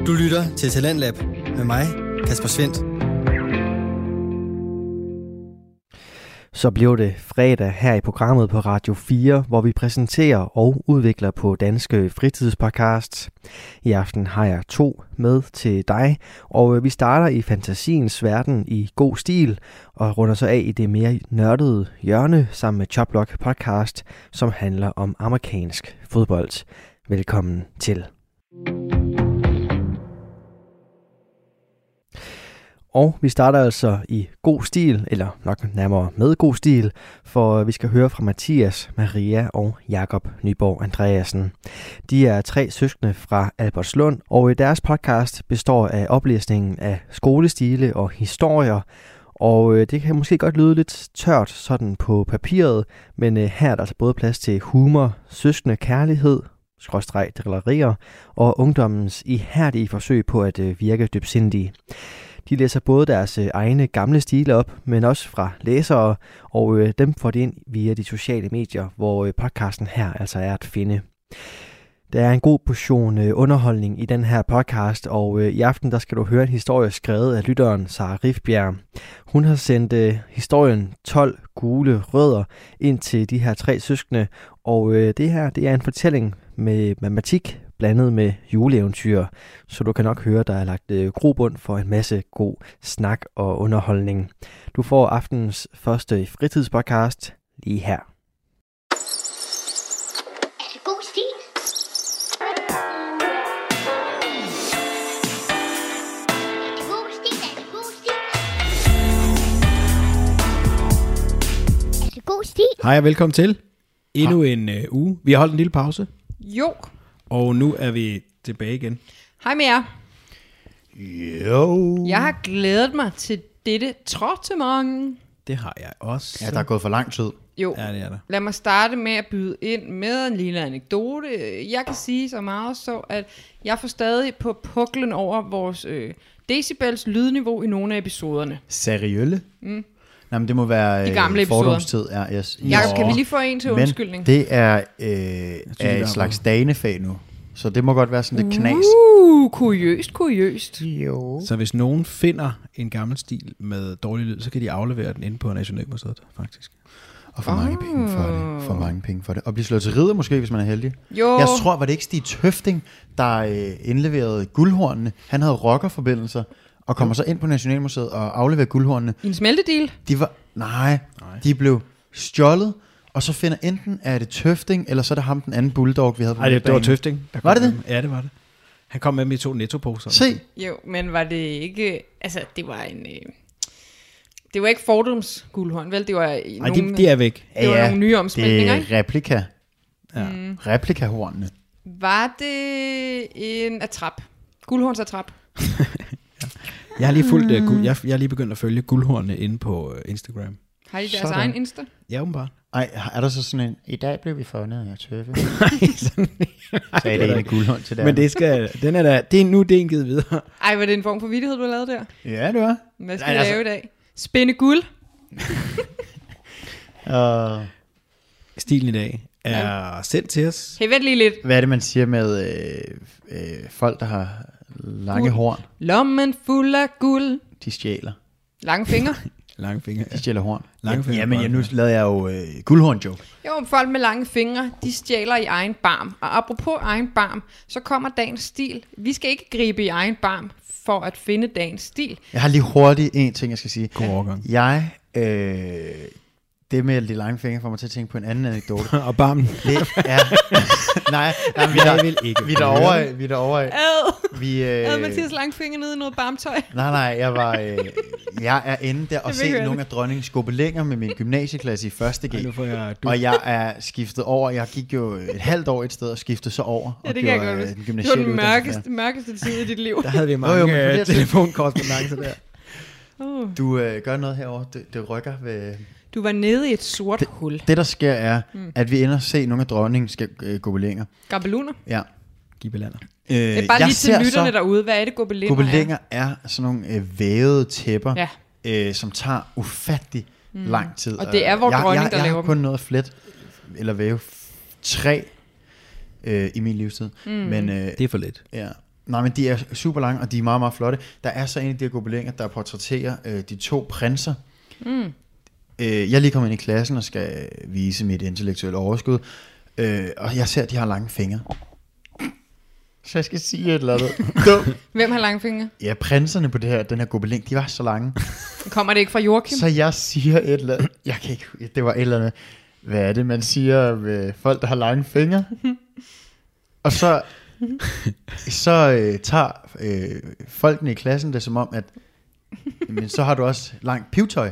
Du lytter til Talentlab med mig, Kasper Svendt. Så blev det fredag her i programmet på Radio 4, hvor vi præsenterer og udvikler på danske fritidspodcasts. I aften har jeg 2 med til dig, og vi starter i fantasiens verden i god stil, og runder så af i det mere nørdede hjørne sammen med Choplock podcast, som handler om amerikansk fodbold. Velkommen til. Og vi starter altså i god stil, eller nok nærmere med god stil, for vi skal høre fra Mathias, Maria og Jakob Nyborg Andreasen. De er 3 søskende fra Albertslund, og deres podcast består af oplæsningen af skolestile og historier. Og det kan måske godt lyde lidt tørt sådan på papiret, men her er der altså både plads til humor, søskende kærlighed, drillerier og ungdommens ihærdige forsøg på at virke dybsindige. De læser både deres egne gamle stile op, men også fra læsere, og dem får det ind via de sociale medier, hvor podcasten her altså er at finde. Der er en god portion underholdning i den her podcast, og i aften der skal du høre en historie skrevet af lytteren Sara Rifbjerg. Hun har sendt historien 12 gule rødder ind til de her 3 søskende, og det her det er en fortælling med matematik blandet med juleeventyr, så du kan nok høre, der er lagt grobund for en masse god snak og underholdning. Du får aftenens første fritidspodcast lige her. Er det god stil? Er det god stil? Er det god stil? Er det god stil? Hej og velkommen til endnu en uge. Vi har holdt en lille pause, Jo. og nu er vi tilbage igen. Hej med jer. Jo. Jeg har glædet mig til dette trottement. Det har jeg også. Ja, der er gået for lang tid. Jo, Ja, det er der. lad mig starte med at byde ind med en lille anekdote. Jeg kan sige så meget så, at jeg får stadig på puklen over vores decibels lydniveau i nogle af episoderne. Seriølle? Mm. Nej, men det må være De gamle episoder. fordomstid. Ja, yes. Jakob, kan vi lige få en til undskyldning? Men det er et slags danefag nu. Så det må godt være sådan lidt knas. Kuriøst. Jo. Så hvis nogen finder en gammel stil med dårlig lyd, så kan de aflevere den inde på Nationalmuseet, faktisk. Og for mange penge for det. For mange penge for det. Og blive slået til ridder måske, hvis man er heldig. Jo. Jeg tror, var det ikke Stig Tøfting, der indleverede guldhornene. Han havde rockerforbindelser. Og kommer så ind på Nationalmuseet og afleverer guldhornene. I en smeltedeal? De var, de blev stjålet. Og så finder enten er det Tøfting, eller så er det ham den anden bulldog, vi havde på. Nej, det var Tøfting. Var det det? Ja, det var det. Han kom med 2 nettoposer. Se. Jo, men var det ikke... Altså, det var en... Det var ikke Fordums guldhorn, vel? Det var Nej, de er væk. Det var nogle nye omsmeltninger, det er replika. Ja. Replikahornene. Var det en attrap? Guldhornsattrap? Jeg har lige fulgt jeg har lige begyndt at følge guldhornene inde på Instagram. Har de deres Sådan. egen Insta? Ja, åbenbart. Ej, er der så sådan en, i dag blev vi fundet af Tøffe. Sådan, Så er det en guldhorn til der. men det skal, den er der, det er nu det er givet videre. Ej, var det en form for vittighed, du har lavet der? Ja, det var. Hvad skal Nej, vi altså- lave i dag? Spænde guld? Stilen i dag er sendt til os. Hey, vent lige lidt. Hvad er det, man siger med folk, der har lange horn? Lommen fuld af guld. De stjæler. Lange fingre. Lange fingre. De stjæler horn. Lange fingre. Ja, men nu lavede jeg jo guldhorn-joke. Jo, folk med lange fingre, de stjæler i egen barm. Og apropos egen barm, så kommer dagens stil. Vi skal ikke gribe i egen barm for at finde dagens stil. Jeg har lige hurtigt en ting, jeg skal sige. God overgang. Jeg, det med de lange fingre får mig til at tænke på en anden anekdote. Og barmen. Det er... nej, Jeg vil ikke. vi er derovre. Ad Mathias lange fingre nede i noget barmtøj. Nej, jeg er inde der og vil se høre nogle af dronningens gobelinger med min gymnasieklasse i 1. G. Ej, nu får jeg, Og jeg er skiftet over. Jeg gik jo et halvt år et sted og skiftede så over. Ja, og det kan jeg godt gjorde, huske. den Det var den gymnasiale mørkeste tid i dit liv. Der havde vi Jo, mange men på det telefonkorrespondancer der. Du gør noget herover. Det rykker ved... Du var nede i et sort hul. Det der sker er, at vi ender at se nogle af dronningens gobelinger. Gabeluner. Ja. Gibelander. Det er bare lige til lytterne derude. Hvad er det, gobelinger Gobelinger er sådan nogle vævede tæpper, Ja. som tager ufattelig lang tid. Og det er vor dronning, der jeg laver har kun noget flet eller væve 3 i min livstid. Men, Det er for lidt. ja. Nej, men de er super lange, og de er meget, meget flotte. Der er så en af de her gobelinger, der portrætterer de 2 prinser. Jeg er lige kommet ind i klassen og skal vise mit intellektuelle overskud, og jeg ser, at de har lange fingre. Så jeg skal sige et eller andet. Hvem har lange fingre? Ja, prinserne på den her gobeling, de var så lange. Kommer det ikke fra Joachim? Så jeg siger et eller andet. Jeg kan ikke, det var et eller andet. Hvad er det, man siger ved folk, der har lange fingre? Og så tager folkene i klassen det som om, at men så har du også langt pivtøj.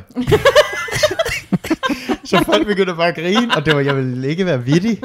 Så folk begynder bare at grine, og det var, jeg ville ikke være vittig.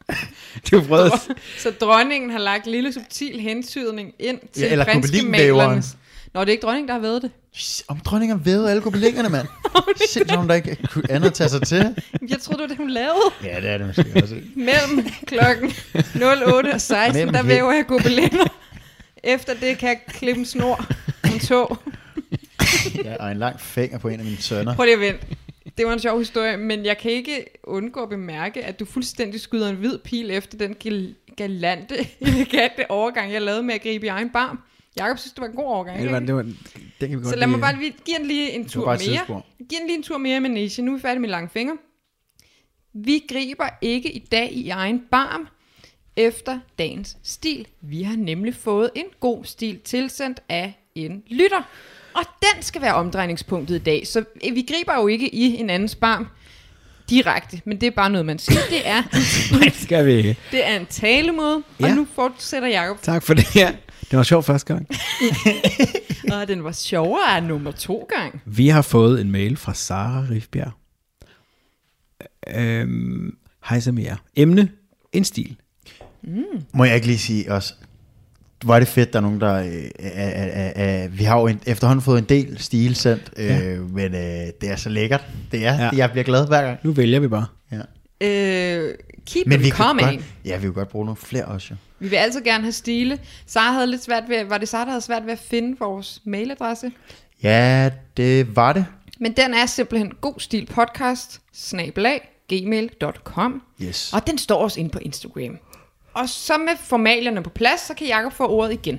Så dronningen har lagt lille subtil hentydning ind til Ja, eller prinskemalernes. Nå, det er ikke dronningen, der har været det. Om dronningen vævede alle gobelingerne, mand. Sindssygt, hun der ikke kunne andet tage sig til. Jeg troede, det var det, hun lavede. Ja, det er det måske også. Mellem klokken 08 og 16, der væver jeg gobelinger. Efter det kan jeg klippe en snor og en tog. Ja, og en lang finger på en af mine sønner. Prøv lige at vente. Det var en sjov historie, men jeg kan ikke undgå at bemærke, at du fuldstændig skyder en hvid pil efter den galante, elegante overgang, jeg lavede med at gribe i egen barm. Jakob synes, det var en god overgang. Ja, den kan vi godt så lad mig bare give den lige en tur mere. Giv den lige en tur mere med Nisha. Nu er vi færdige med lange fingre. Vi griber ikke i dag i egen barm efter dagens stil. Vi har nemlig fået en god stil tilsendt af en lytter. Og den skal være omdrejningspunktet i dag. Så vi griber jo ikke i en andens barm direkte, men det er bare noget, man siger. Det er, Nej, det skal vi ikke. Det er en talemåde, og nu fortsætter Jakob. Tak for det her. Det var sjovt første gang. Og den var sjovere end nummer 2 gang. Vi har fået en mail fra Sara Rifbjerg. Hej Samir. Emne, en stil. Må jeg ikke lige sige også, var det fedt, der er nogen, der... vi har jo efterhånden fået en del stil sendt, men det er så lækkert. Det er, jeg bliver glad hver gang. Nu vælger vi bare. Ja. Keep them coming. Ja, vi vil godt bruge nogle flere også, jo. Vi vil altid gerne have stile. Sara havde lidt svært ved, var det Sara, der havde svært ved at finde vores mailadresse? Ja, det var det. Men den er simpelthen godstilpodcast@gmail.com. Yes. Og den står også inde på Instagram. Og så med formalierne på plads, så kan Jakob få ordet igen.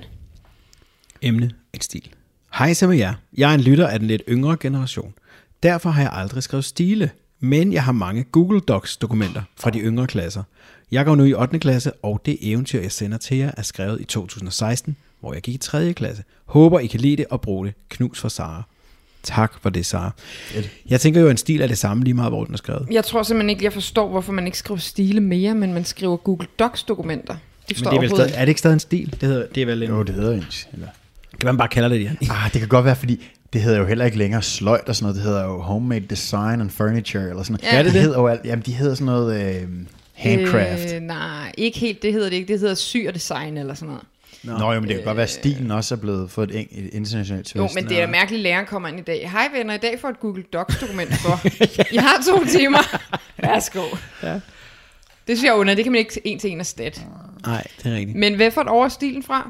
Emne, en stil. Hej så med jer. Jeg er en lytter af den lidt yngre generation. Derfor har jeg aldrig skrevet stile, men jeg har mange Google Docs dokumenter fra de yngre klasser. Jeg går nu i 8. klasse, og det eventyr, jeg sender til jer, er skrevet i 2016, hvor jeg gik i 3. klasse. Håber, I kan lide det og bruge det. Knus for Sara. Tak for det, Sara. Jeg tænker jo, at en stil er det samme lige meget, hvor den er skrevet. Jeg tror simpelthen ikke, jeg forstår, hvorfor man ikke skriver stile mere, men man skriver Google Docs dokumenter. Det men det er, vel stadig, er det ikke stadig en stil? Det er vel en... Jo, det hedder en. Eller... Kan man bare kalde det igen? Det kan godt være, fordi det hedder jo heller ikke længere sløjt og sådan noget. Det hedder jo homemade design and furniture eller sådan noget. Ja, det hedder jo alt. Jamen, de hedder sådan noget handcraft. Nej, ikke helt. Det hedder det ikke. Det hedder syg og design eller sådan noget. Nå jo, men det kan godt være, at stilen også er blevet fået et internationalt twist. Jo, men det er da mærkeligt, at læreren kommer ind i dag. Hej venner, i dag får et Google Docs dokument for. I har 2 timer. Værsgo. Ja. Det synes jeg under, det kan man ikke en til en erstatte. Nej, det er rigtigt. Men hvad får et år stilen fra?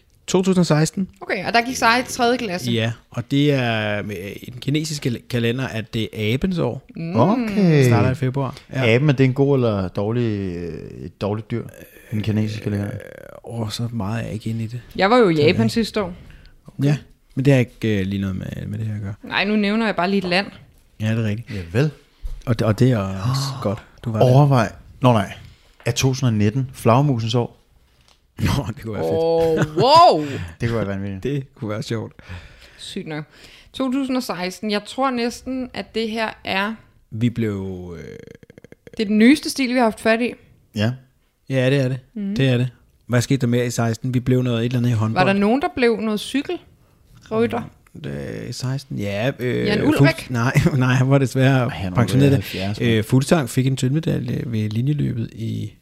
2016. Okay, og der gik sig i 3. klasse. Ja, og det er i den kinesiske kalender, at det er abens år. Okay. Det starter i februar. Ja. Aben, er det en god eller et dårligt dyr? Den kinesiske kalender. Så meget er jeg ikke inde i det. Jeg var jo i Japan sidste år. Okay. Ja, men det har ikke lige noget med det her at gøre. Nej, nu nævner jeg bare lige et land. Ja, det er rigtigt. Ja, vel. Og det er også godt. Du var overvej. Nej. Er 2019 flagmusens år? Nå, det kunne være fedt. Wow. Det kunne være vanvittigt. Det kunne være sjovt. Sygt nok. 2016. Jeg tror næsten, at det her er... Vi blev... Det er den nyeste stil, vi har haft fat i. Ja. Ja, det er det. Det er det. Hvad skete der mere i 16? Vi blev noget et eller andet i håndbold. Var der nogen, der blev noget cykelrytter? I 16? Ja. Jan Ulrik? Nej, han var desværre pensioneret. Fuglsang fik en sølvmedalje ved linjeløbet i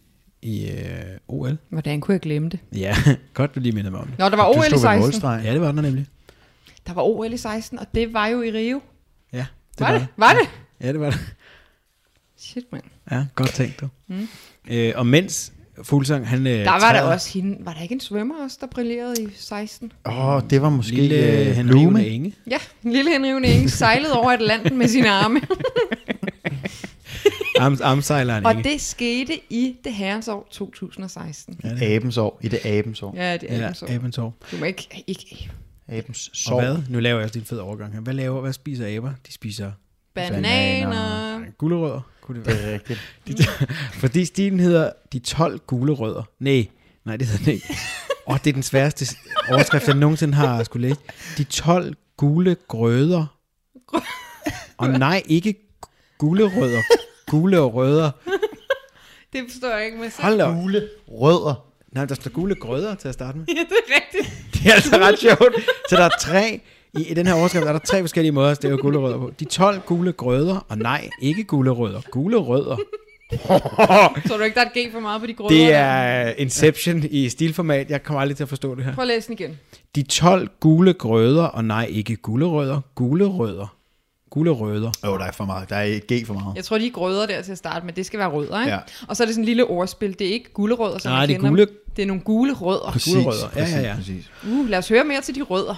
OL. Hvordan kunne jeg glemme det? Ja, godt du lige minder mig om det. Nå, der var OL i 16. Ja, det var der nemlig. Der var OL i 16, og det var jo i Rio. Ja, det var det. Var det? Ja, det var det. Shit, mand. Ja, godt tænkt du. Og mens Fuglsang, han... Der var der også hende. Var der ikke en svømmer også, der brillerede i 16? Det var måske lille Henrivende Inge. Ja, lille Henrivende Inge sejlede over Atlanten med sine arme. Armsejleren Og ikke. det skete i det herrens år 2016. Abens år. I det abens år. Ja, det er abens år. Abens år. Du må ikke Abens Og sår. hvad? Nu laver jeg også en fed overgang her. Hvad spiser aber? De spiser bananer. gulerødder. Kunne det være? Det er rigtigt. Fordi stilen hedder De 12 gule rødder. Nej, det hedder den ikke. Det er den sværeste overskrift, jeg nogensinde har skulle læse. De 12 gule grøder. Og nej, ikke gule rødder. Gule og rødder. Det forstår jeg ikke med sig. Hold da. Gule rødder. Nej, der står gule grødder til at starte med. Ja, det er rigtigt. Det er altså ret sjovt. Så der er 3, i den her overskrift er der 3 forskellige måder at stave gule rødder på. De 12 gule grødder, og nej, ikke gule rødder. Gule rødder. Så du ikke, der er et G for meget på de grødder? Det er Inception i stilformat. Jeg kommer aldrig til at forstå det her. Prøv at læse den igen. De 12 gule grødder, og nej, ikke gulerødder. Gule rødder. Gule rødder. Der er for meget. Der er et G for meget. Jeg tror, de er grødder der til at starte med. Det skal være rødder, ikke? Ja. Og så er det sådan en lille ordspil. Det er ikke gulerødder, som Nej, jeg det er kender gule- dem. Det er nogle gule rødder. Præcis, Gule rødder. Ja. Præcis. Lad os høre mere til de rødder.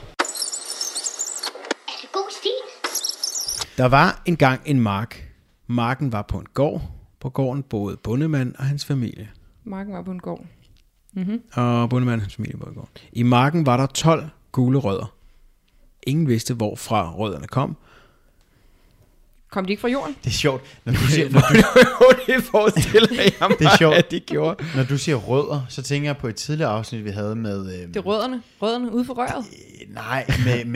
Er det god stil? Der var engang en mark. Marken var på en gård. På gården boede bondemand og hans familie. Marken var på en gård. Og bondemand og hans familie boede i gården. I marken var der 12 gule rødder. Ingen vidste, hvorfra rødderne kom. Kom de ikke fra jorden? Det er sjovt. Når du siger, Det forestiller jeg mig, Det er sjovt. at de gjorde. når du siger rødder, så tænker jeg på et tidligere afsnit, vi havde med... Det er rødderne. Rødderne ude for røret. Nej,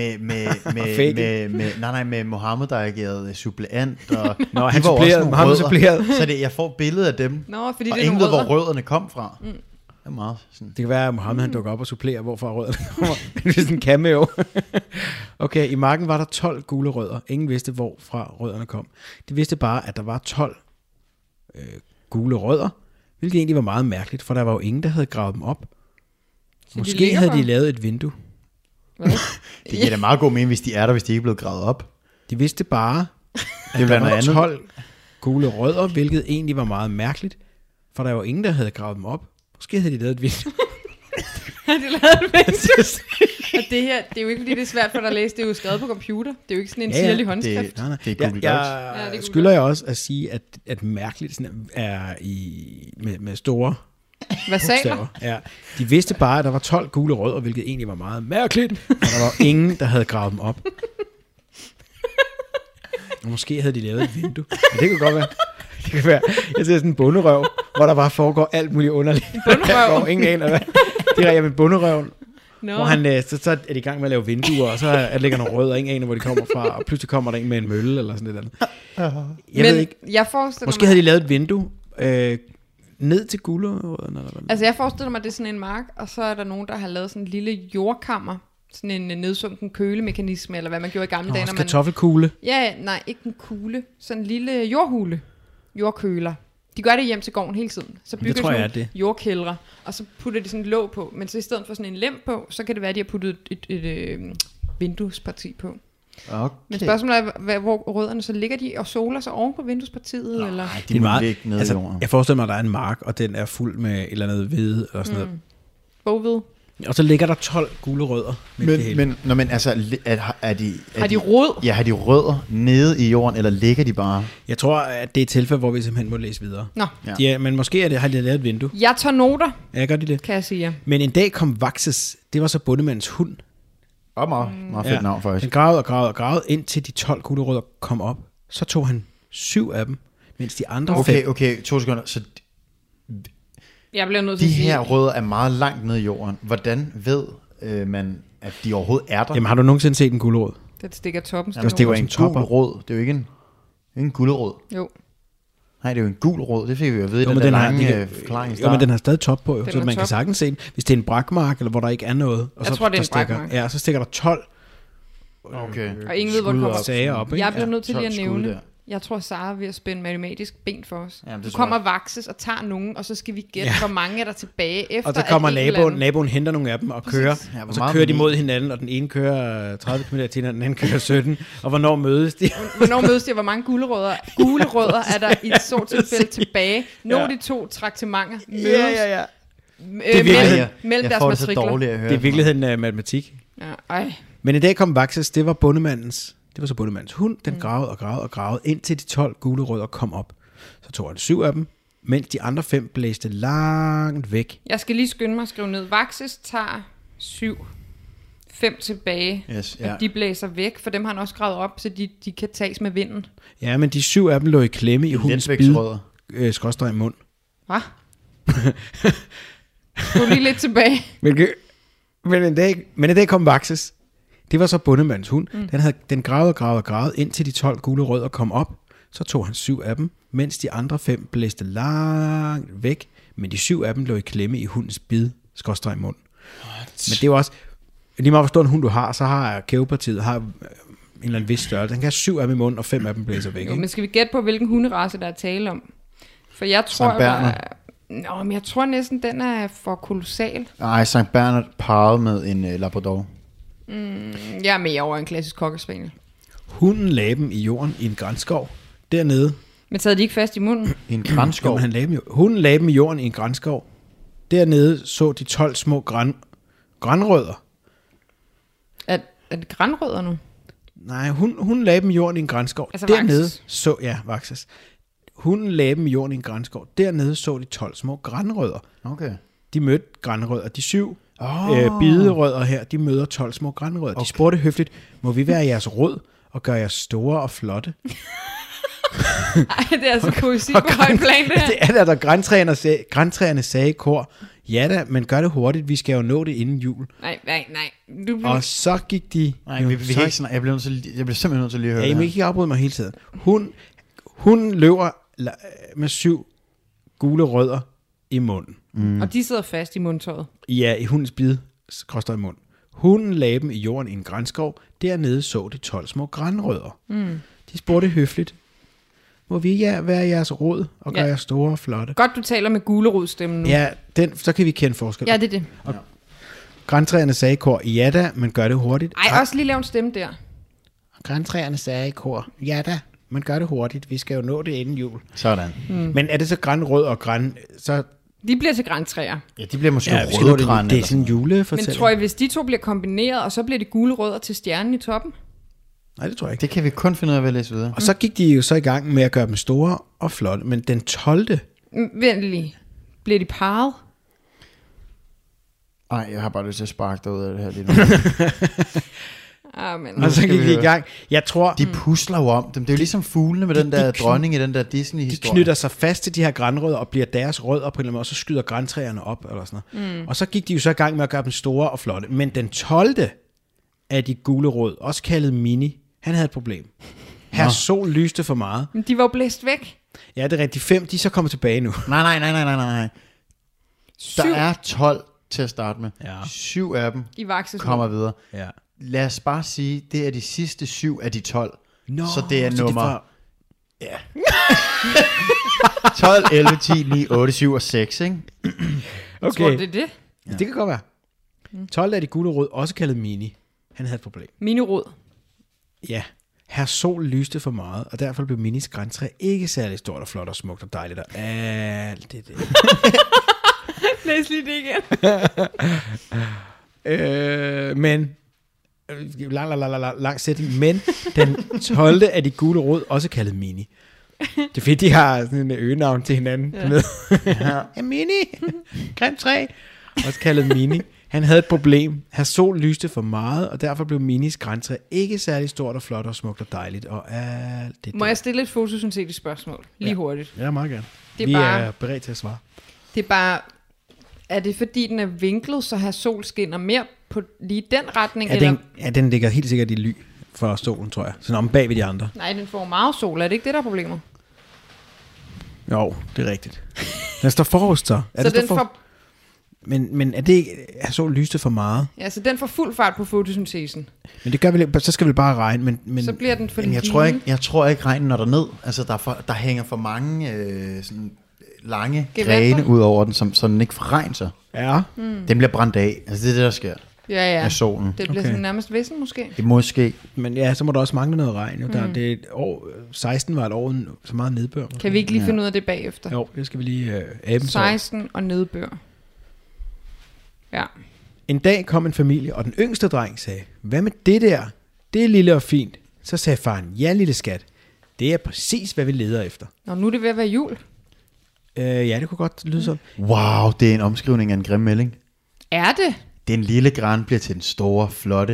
med Mohammed, der agerede suppleant. Og Nå, de han var også supplerede. nogle Mohammed rødder. supplerede. Så jeg får et billede af dem, Nå, fordi og det er ingen nogle ved, hvor rødder. rødderne kom fra. Det er meget sådan... Det kan være, at Mohammed han dukker op og supplerer, hvorfra rødderne kommer. Det er sådan en cameo. Okay, i marken var der 12 gule rødder. Ingen vidste, hvorfra rødderne kom. De vidste bare, at der var 12 gule rødder, hvilket egentlig var meget mærkeligt, for der var jo ingen, der havde gravet dem op. de Måske ligger havde de bare. lavet et vindue. Hvad? Det giver da meget god mening, hvis de er der, hvis de ikke er blevet gravet op. De vidste bare, at vil der være noget var andet. 12 gule rødder, hvilket egentlig var meget mærkeligt, for der var ingen, der havde gravet dem op. Måske havde de lavet et vindue. Har de lavet en vindue? Og det her, det er jo ikke, fordi det er svært for dig at læse. Det er jo skrevet på computer. Det er jo ikke sådan en sirlig håndskrift. Nej. Det er Google Docs. Ja, det er Google Skylder jeg også at sige, at mærkeligt sådan er med store Versaler. bogstaver. Ja. De vidste bare, at der var 12 gule rødder, hvilket egentlig var meget mærkeligt, og der var ingen, der havde gravet dem op. Og måske havde de lavet et vindue. Men det kunne godt være. Det kan være. Jeg ser sådan en bunderøv, hvor der bare foregår alt muligt underligt. En bunderøv? Ingen aner hvad. Det er med bunderøven. Nå. Hvor han, så er de i gang med at lave vinduer, og så ligger nogle rødder, ingen aner, hvor de kommer fra, og pludselig kommer der en med en mølle, eller sådan noget andet. Jeg ved ikke. Jeg forestiller Måske mig, havde de lavet et vindue ned til gulerødderne, eller hvad? altså jeg forestiller mig, at det er sådan en mark, og så er der nogen, der har lavet sådan en lille jordkammer, sådan en nedsunken kølemekanisme, eller hvad man gjorde i gamle dage, Også når man... kartoffelkugle. Ja, nej, ikke en kugle. Sådan en lille jordhule. Jordkøler. De gør det hjem til gården hele tiden. Så bygger de tror jeg sådan er det. jordkældre, og så putter de sådan en låg på. Men så i stedet for sådan en lem på, så kan det være, at de har puttet et vinduesparti på. Okay. Men spørgsmålet er, hvor rødderne så ligger de og soler sig oven på vinduespartiet? Eller? Nej, Det de er må meget, ligge nede i jorden. jeg forestiller mig, at der er en mark, og den er fuld med et eller andet hvede, eller sådan noget. Bogved. Og så ligger der 12 gule rødder. Men altså, er de... Har de rod? Ja, har de rødder nede i jorden, eller ligger de bare... Jeg tror, at det er et tilfælde, hvor vi simpelthen må læse videre. Nå. Ja. Men måske har de lavet et vindue. Jeg tager noter, Ja, gør de det. kan jeg sige jer. Men en dag kom Vaxes, det var så bondemandens hund. Meget fedt navn, Han faktisk. gravede, indtil de 12 gule rødder kom op. Så tog han 7 af dem, mens de andre 5... Okay, 2 sekunder. Så Jeg bliver nødt til de at sige... her rødder er meget langt nede i jorden. Hvordan ved man, at de overhovedet er der? Jamen, har du nogensinde set en gulerod? Den stikker toppen. Jamen, det er jo en gul rød. Det er jo ikke en gulerod. Jo. Nej, det er jo en gul rød. Det fik vi jo at vide i Jo, den men der den har, lange forklaring i jo, men den starten. har stadig top på, jo, Den så har man kan top. sagtens se den. Hvis det er en brakmark, eller hvor der ikke er noget, og Jeg så tror, det er der en stikker, brakmark. ja, så stikker der 12 Okay. Og ingen ved, hvor det kommer. sager op, ikke? Jeg bliver nødt til lige at 12 skud nævne, der. jeg tror, Sara er ved at spænde matematisk ben for os. Jamen, det Du tror kommer jeg. Vakses og tager nogen, og så skal vi gætte, hvor mange er der tilbage efter. Og så kommer at en eller anden- naboen henter nogle af dem og kører, Ja, hvor og så meget kører de må mod hinanden, og den ene kører 30 km til den anden kører 17, og hvornår mødes de? Hvornår mødes de, og hvor mange gule rødder er der i et så tilfælde tilbage? Når de to traktementer mødes ja. mellem Jeg deres får det så matrikler. dårligt at høre. Det er i virkeligheden matematik. Ja, ej. Men i dag kom Vaxes, det var så bondemandens hund, den gravede og gravede, indtil de 12 gule rødder kom op. Så tog han 7 af dem, mens de andre 5 blæste langt væk. Jeg skal lige skynde mig at skrive ned. Vaxes tager 7. 5 tilbage, og de blæser væk, for dem har han også gravet op, så de kan tages med vinden. Ja, men de 7 af dem lå i klemme i hundens bid, skråstreg mund. Hvad? Gå lige lidt tilbage. Men en dag kom Vaxes. Det var så bondemandens hund. Den gravede, indtil de 12 gule rødder kom op. Så tog han 7 af dem, mens de andre 5 blæste langt væk, men de 7 af dem lå i klemme i hundens bid, skråstreg mund. Men det er jo også, lige meget hvor stor en hund du har, så har kævepartiet en eller anden vis størrelse. Den kan have 7 af dem i munden, og 5 af dem blæser væk. Jo, men skal vi gætte på, hvilken hunderace der er tale om? For jeg tror, men jeg tror næsten, den er for kolossal. Nej, Sankt Bernard parret med en Labrador. Jeg er mere over en klassisk cocker-spaniel. Hunden lagde dem i jorden i en granskov. Dernede. Men sad de ikke fast i munden? I en granskov? Hunden lagde dem i jorden i en granskov. Dernede så de 12 små granrødder. Er det granrødder nu? Nej, hunden lagde dem i jorden i en granskov. Altså dernede Vaxes. Hunden lagde dem i jorden i en granskov. Dernede så de 12 små granrødder. Okay. De mødte granrødder. De 7 biderødder her, de møder 12 små granrødder. Okay. De spurgte høfligt, må vi være jeres rød og gøre jer store og flotte? Ej, det er altså poesi på højt plan, det her. Det er der grantræerne sagde i kor. Ja da, men gør det hurtigt, vi skal jo nå det inden jul. Nej. Og så gik de... Nej, jeg bliver simpelthen nødt til lige at høre det. Ja, I må ikke afbryde mig hele tiden. Hun løber med 7 gule rødder i munden. Og de sidder fast i mundtøjet? Ja, i hundens bid, koster i mund. Hunden lagde dem i jorden i en granskov. Dernede så de 12 små granrødder. De spurgte høfligt, må vi være jeres rod og gøre jer store og flotte? Godt, du taler med gulerodstemmen nu. Ja, så kan vi kende forskel. Ja, det er det. Og grantræerne sagde i kor, ja da, men gør det hurtigt. Ej, også lige lave en stemme der. Grantræerne sagde i kor, ja da, men gør det hurtigt, vi skal jo nå det inden jul. Sådan. Men er det så granrød og så... De bliver til grantræer. Ja, de bliver måske rødgran. Det er sådan en julefortælling. Men tror jeg, hvis de to bliver kombineret, og så bliver det gule rødder til stjernen i toppen? Nej, det tror jeg ikke. Det kan vi kun finde ud af at læse videre. Og så gik de jo så i gang med at gøre dem store og flotte, men den 12. Vent lige. Bliver de parret? Ej, jeg har bare lyst til at sparke dig ud af det her lige nu. Og så gik de i gang. Jeg tror... De pusler jo om dem. Det er jo ligesom fuglene med den der dronning i den der Disney-historie. De knytter sig fast til de her granrødder og bliver deres rødder på en eller anden måde, og så skyder grantræerne op, eller sådan noget. Og så gik de jo så i gang med at gøre dem store og flotte. Men den 12. af de gule rød, også kaldet Mini, han havde et problem. Her sol lyste for meget. Men de var jo blæst væk. Ja, det er rigtigt. 5, de er så kommet tilbage nu. Nej. Der er 12 til at starte med. Ja. 7 af dem kommer videre. Ja. Lad os bare sige, det er de sidste 7 af de 12. Så det er nummer... Ja. 12, 11, 10, 9, 8, 7 og 6, ikke? Okay. Tror du, det er det? Ja. Det kan godt være. 12 af de gule rød, også kaldet Mini. Han havde et problem. Mini-rød. Ja. Her sol lyste for meget, og derfor blev Minis græntræ ikke særlig stort og flot og smukt og dejligt og alt det. Læs lige det igen. Men lang sætning, men den 12. af de gule rød, også kaldet Mini. Det er fordi, de har sådan en øgenavn til hinanden. Ja. Mini, græntræ, også kaldet Mini. Han havde et problem. Her sol lyste for meget, og derfor blev Minis græntræ ikke særlig stort og flot og smukt og dejligt. Og alt det. Må jeg stille et fotosyntetisk spørgsmål? Lige hurtigt. Ja, meget gerne. Vi er beredt til at svare. Det er bare... Er det fordi, den er vinklet, så her sol skinner mere på lige den retning? Den ligger helt sikkert i ly for solen, tror jeg. Sådan om bag ved de andre. Nej, den får meget sol. Er det ikke det, der er problemet? Jo, det er rigtigt. Den står forrest så. Så den får... Men er det ikke... Er solen lyste for meget? Ja, så den får fuld fart på fotosyntesen. Men det gør vi, så skal vi bare regne. Men så bliver den for jeg tror ikke regnen når der ned. Altså der hænger for mange sådan lange grene ud over den, så den ikke får regn så. Ja. Den bliver brændt af. Altså det er det, der sker. Ja. Af solen. Det bliver sådan nærmest vissen måske. Det måske. Men ja, så må der også mangle noget regn. Jo. Det er 16 var et år så meget nedbør. Måske. Kan vi ikke lige finde ud af det bagefter? Jo, det skal vi lige abe. 16 og nedbør. Ja. En dag kom en familie, og den yngste dreng sagde, hvad med det der? Det er lille og fint. Så sagde faren, ja lille skat, Det er præcis, hvad vi leder efter. Nå, nu er det ved at være jul. Ja, det kunne godt lyde sådan. Wow, det er en omskrivning af en grim melding. Er det? Den lille gran bliver til den store,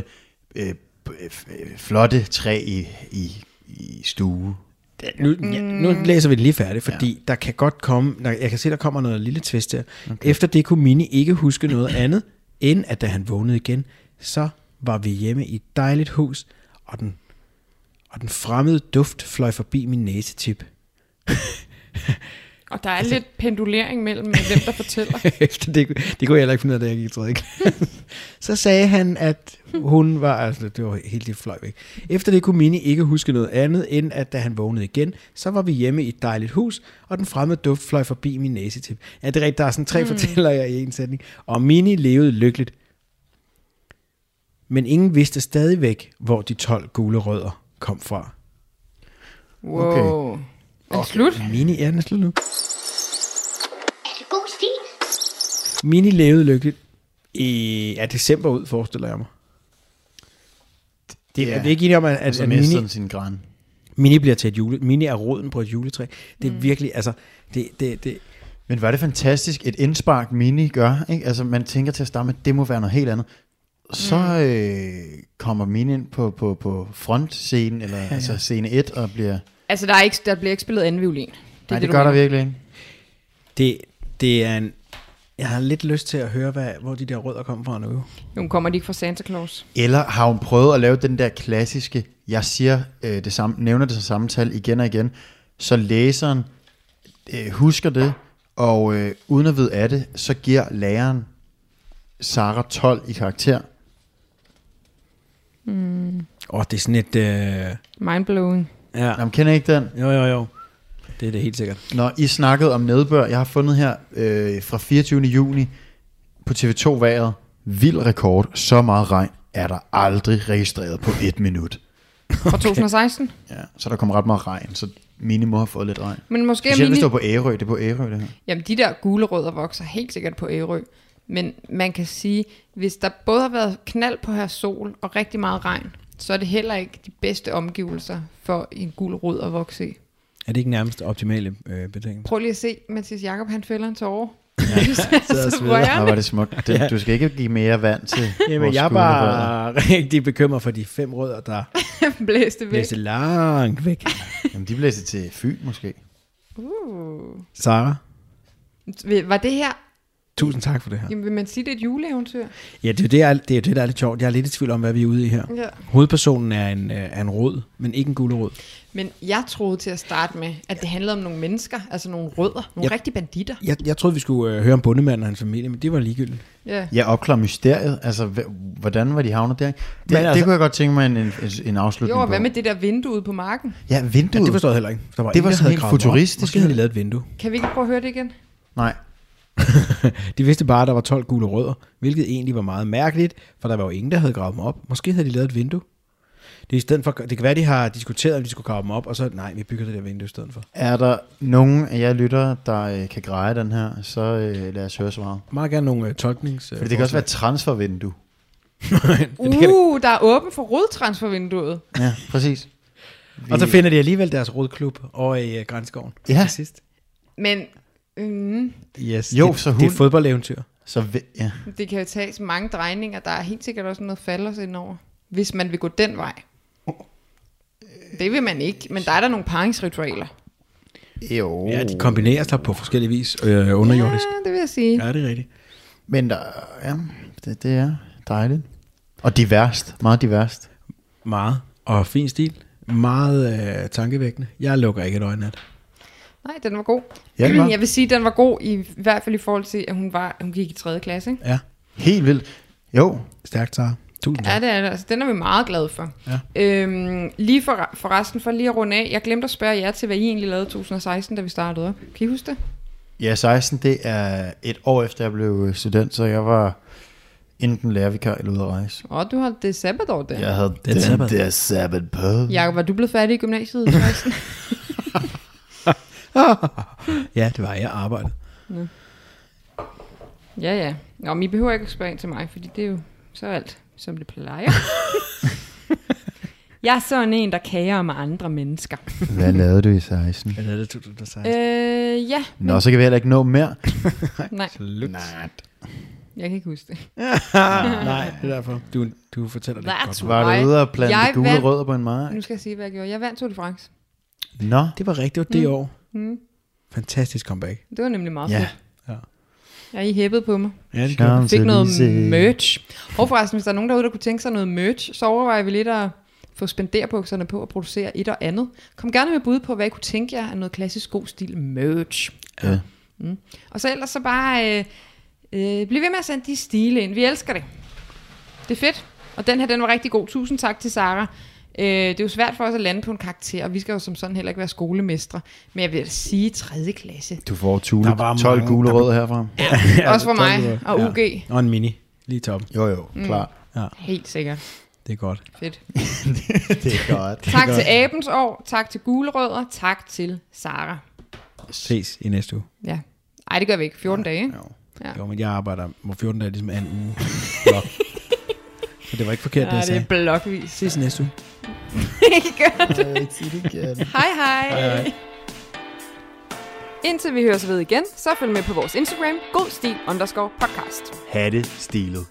flotte træ i stue. Nu læser vi det lige færdigt, fordi der kan godt komme, jeg kan se, der kommer noget lille twist her. Okay. Efter det kunne Mini ikke huske noget andet, end at da han vågnede igen, så var vi hjemme i et dejligt hus, og den fremmede duft fløj forbi min næsetip. Og der er lidt pendulering mellem, hvem der fortæller. Efter det kunne jeg heller ikke finde ud af, da jeg gik i 3. klasse. Så sagde han, at hun var, altså det var helt lidt fløj væk. Efter det kunne Mini ikke huske noget andet, end at da han vågnede igen, så var vi hjemme i et dejligt hus, og den fremmede duft fløj forbi min næsetip. Ja, det er rigtigt, der er sådan 3 fortællere i en sætning. Og Mini levede lykkeligt. Men ingen vidste stadigvæk, hvor de 12 gule rødder kom fra. Wow. Okay. Er det slut? Mini, ja, den er slut nu. Er det god stil? Mini levede lykkeligt i december ud, forestiller jeg mig. Det er ikke enig om, at Mini sin græn. Mini bliver til et Mini er roden på et juletræ. Det er virkelig, altså, det. Men var det fantastisk, et indspark Mini gør, ikke? Altså, man tænker til at starte med, det må være noget helt andet. Så kommer Mini ind på frontscenen, eller altså scene 1, og bliver... Altså, der bliver ikke spillet anden violin. Nej, det gør der virkelig ikke. Det er en... Jeg har lidt lyst til at høre, hvor de der rødder kommer fra nu. Nu kommer de ikke fra Santa Claus. Eller har hun prøvet at lave den der klassiske, jeg siger det samme, nævner det samme tal igen og igen, så læseren husker det, og uden at vide af det, så giver læreren Sarah 12 i karakter. Det er sådan et... Mindblowing. Ja. Jamen, kender I ikke den? Jo. Det er det helt sikkert. Når I snakkede om nedbør, jeg har fundet her fra 24. juni på TV2 vejret, vild rekord, så meget regn er der aldrig registreret på 1 minut. Fra 2016? Ja, så der kom ret meget regn, så Mini må have fået lidt regn. Men måske specielt hvis det var på Ærø, det er på Ærø det her. Jamen de der gule rødder vokser helt sikkert på Ærø. Men man kan sige, hvis der både har været knald på her sol og rigtig meget regn, så er det heller ikke de bedste omgivelser for en gul rød at vokse i. Er det ikke nærmest optimale betingelser? Prøv lige at se, Mathias Jakob han fælder en tårer. Ja, var det smukt. Du skal ikke give mere vand til. Jamen, jeg er bare rigtig bekymret for de 5 rødder, der blæste langt væk. Jamen, de blæste til Fyn måske. Sarah? Var det her... Tusind tak for det her. Jamen, vil man sige, det er et juleeventyr? Ja, det er det, der er lidt sjovt. Jeg er lidt i tvivl om, hvad vi er ude i her. Ja. Hovedpersonen er en rød, men ikke en gulerod. Men jeg troede til at starte med, at det handlede om nogle mennesker, altså nogle rødder, nogle rigtige banditter. Jeg troede, vi skulle høre om bondemanden og hans familie, men det var ligegyldigt. Ja, opklare mysteriet. Altså, hvordan var de havnet der? Det kunne jeg godt tænke mig en afslutning på. Jo, hvad med det der vindue på marken? Ja, vinduet. Ja, det forstod jeg heller ikke. Det var sådan helt futuristisk. Måske havde de lavet et vindue. Kan vi ikke prøve at høre det igen? Nej. De vidste bare, at der var 12 gule rødder, hvilket egentlig var meget mærkeligt, for der var jo ingen, der havde gravet dem op. Måske havde de lavet et vindue. Det, i stedet for, det kan være, de har diskuteret, om de skulle grave dem op, og så nej, vi bygger det der vindue i stedet for. Er der nogen af jer lyttere, der kan greje den her, så lad os høre svaret. Meget gerne nogle tolknings... For det kan også være transfervindue. Der er åben for rodtransfervinduet. Ja, præcis. Og så finder de alligevel deres rodklub over i Grænskoven. Ja. Til sidst. Men... Yes, jo, så det er et fodboldeventyr. Så ja. Det kan jo tages mange drejninger. Der er helt sikkert også noget falders indover, hvis man vil gå den vej. Det vil man ikke, men der er der nogle paringsritualer. Jo. Ja, de kombinerer sig på forskellige vis underjordisk. Ja, det vil jeg sige. Ja, det er rigtigt. Men det er dejligt. Og diverst, meget diverst. Meget, og fin stil. Meget tankevækkende. Jeg lukker ikke et øje nat. Nej, den var god. Ja, jeg vil sige, den var god i hvert fald i forhold til, at hun gik i 3. klasse, ikke? Ja. Helt vildt. Jo. Stærkt, Sarah. Tusind tak. Ja, det er det. Altså, den er vi meget glade for. Ja. Lige for resten, for lige at runde af. Jeg glemte at spørge jer til, hvad I egentlig lavede 2016, da vi startede op. Kan I huske det? Ja, 16, det er et år efter, jeg blev student, så jeg var enten lærervikar eller ude at rejse. Du havde det sabbatår der. Jeg havde det sabbat på. Jakob, var du blevet færdig i gymnasiet i 16? Ja, det var jeg arbejdede. Ja. Nå, men I behøver ikke at spørge ind til mig, fordi det er jo så alt, som det plejer. Jeg er sådan en, der kager med andre mennesker. Hvad lavede du i 16? Hvad lavede du i 16? Ja. Nå, så kan vi heller ikke nå mere. Nej. Nej. Jeg kan ikke huske det. Nej, det er derfor. Du fortæller det godt. Var du ude og plante gule rødder på en mark? Nu skal jeg sige, hvad jeg gjorde. Jeg vandt Tour de France. Nå. Det var rigtigt, det år. Fantastisk comeback. Det var nemlig meget fedt. Ja. Ja, I hæppede på mig. Ja, det gjorde jeg. Fik noget merch. Og forresten, hvis der er nogen derude, der kunne tænke sig noget merch, så overvejer vi lidt at få spenderbukserne på at producere et og andet. Kom gerne med bud på, hvad I kunne tænke jer af noget klassisk god stil merch. Ja. Og så ellers så bare bliv ved med at sende de stile ind. Vi elsker det. Det er fedt. Og den var rigtig god. Tusind tak til Sara. Det er jo svært for os at lande på en karakter, og vi skal jo som sådan heller ikke være skolemestre. Men jeg vil sige 3. klasse. Du får 12 gule rødder herfra. Ja, også for mig og UG. Og en mini. Lige top. Jo, klar. Ja. Helt sikkert. Det er godt. Fedt. Det er godt. Tak til Abens år, tak til Gule Rødder, tak til Sara. Ses i næste uge. Ja. Ej, det gør vi ikke. 14 dage. Jo, men jeg arbejder 14 dage ligesom en uge. Så det var ikke forkert, det jeg sagde. Det er blokvis. Ses næste uge. Godt. Hej. Indtil vi høres ved igen, så følg med på vores Instagram, godstil_podcast. Ha' det stilet.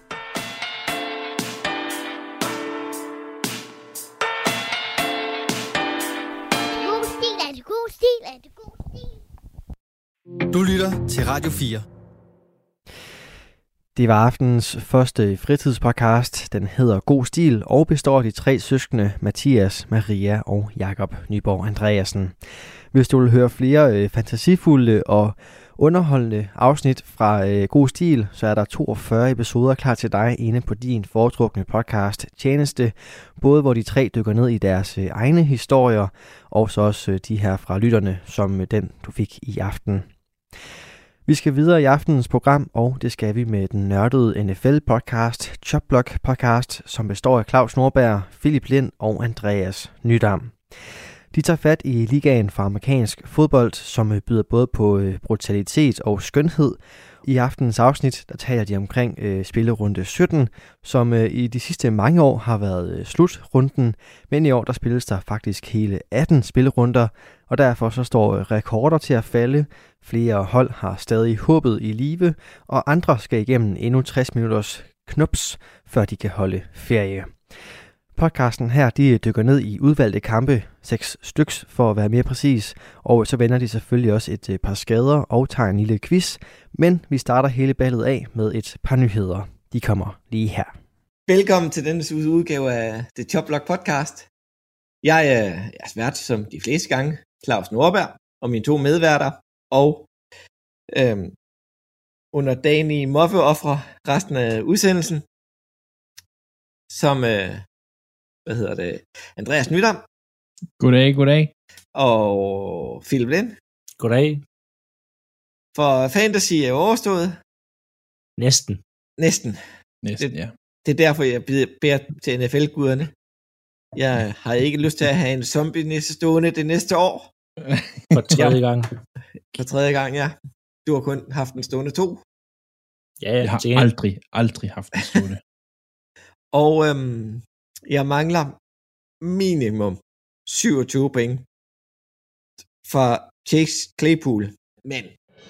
Du lytter til Radio 4. Det var aftenens første fritidspodcast. Den hedder God Stil og består af de 3 søskende Mathias, Maria og Jakob Nyborg Andreasen. Hvis du vil høre flere fantasifulde og underholdende afsnit fra God Stil, så er der 42 episoder klar til dig inde på din foretrukne podcast tjeneste. Både hvor de 3 dykker ned i deres egne historier, og så også de her fra lytterne, som den du fik i aften. Vi skal videre i aftenens program, og det skal vi med den nørdede NFL-podcast, Chopblock Podcast, som består af Claus Nordberg, Philip Lind og Andreas Nydam. De tager fat i ligaen for amerikansk fodbold, som byder både på brutalitet og skønhed. I aftenens afsnit der taler de omkring spillerunde 17, som i de sidste mange år har været slutrunden, men i år der spilles der faktisk hele 18 spillerunder, og derfor så står rekorder til at falde. Flere hold har stadig håbet i live, og andre skal igennem endnu 60 minutters knups, før de kan holde ferie. Podcasten her, de dykker ned i udvalgte kampe, 6 styks for at være mere præcis, og så vender de selvfølgelig også et par skader og tager en lille quiz, men vi starter hele ballet af med et par nyheder. De kommer lige her. Velkommen til denne udgave af The Chopblock Podcast. Jeg er vært som de fleste gange, Claus Nordberg, og mine 2 medværter, og under dagen i Moffeoffre resten af udsendelsen, som Andreas Nydam. Goddag. Og Philip Lind. Goddag. For fantasy er overstået. Næsten, ja. Det er derfor, jeg beder til NFL-guderne. Jeg har ikke lyst til at have en zombie-nisse stående det næste år. For 3. gang. For 3. gang, ja. Du har kun haft en stående 2. Ja, jeg har aldrig haft en stående. Og jeg mangler minimum 27 point fra Chase Claypool. Men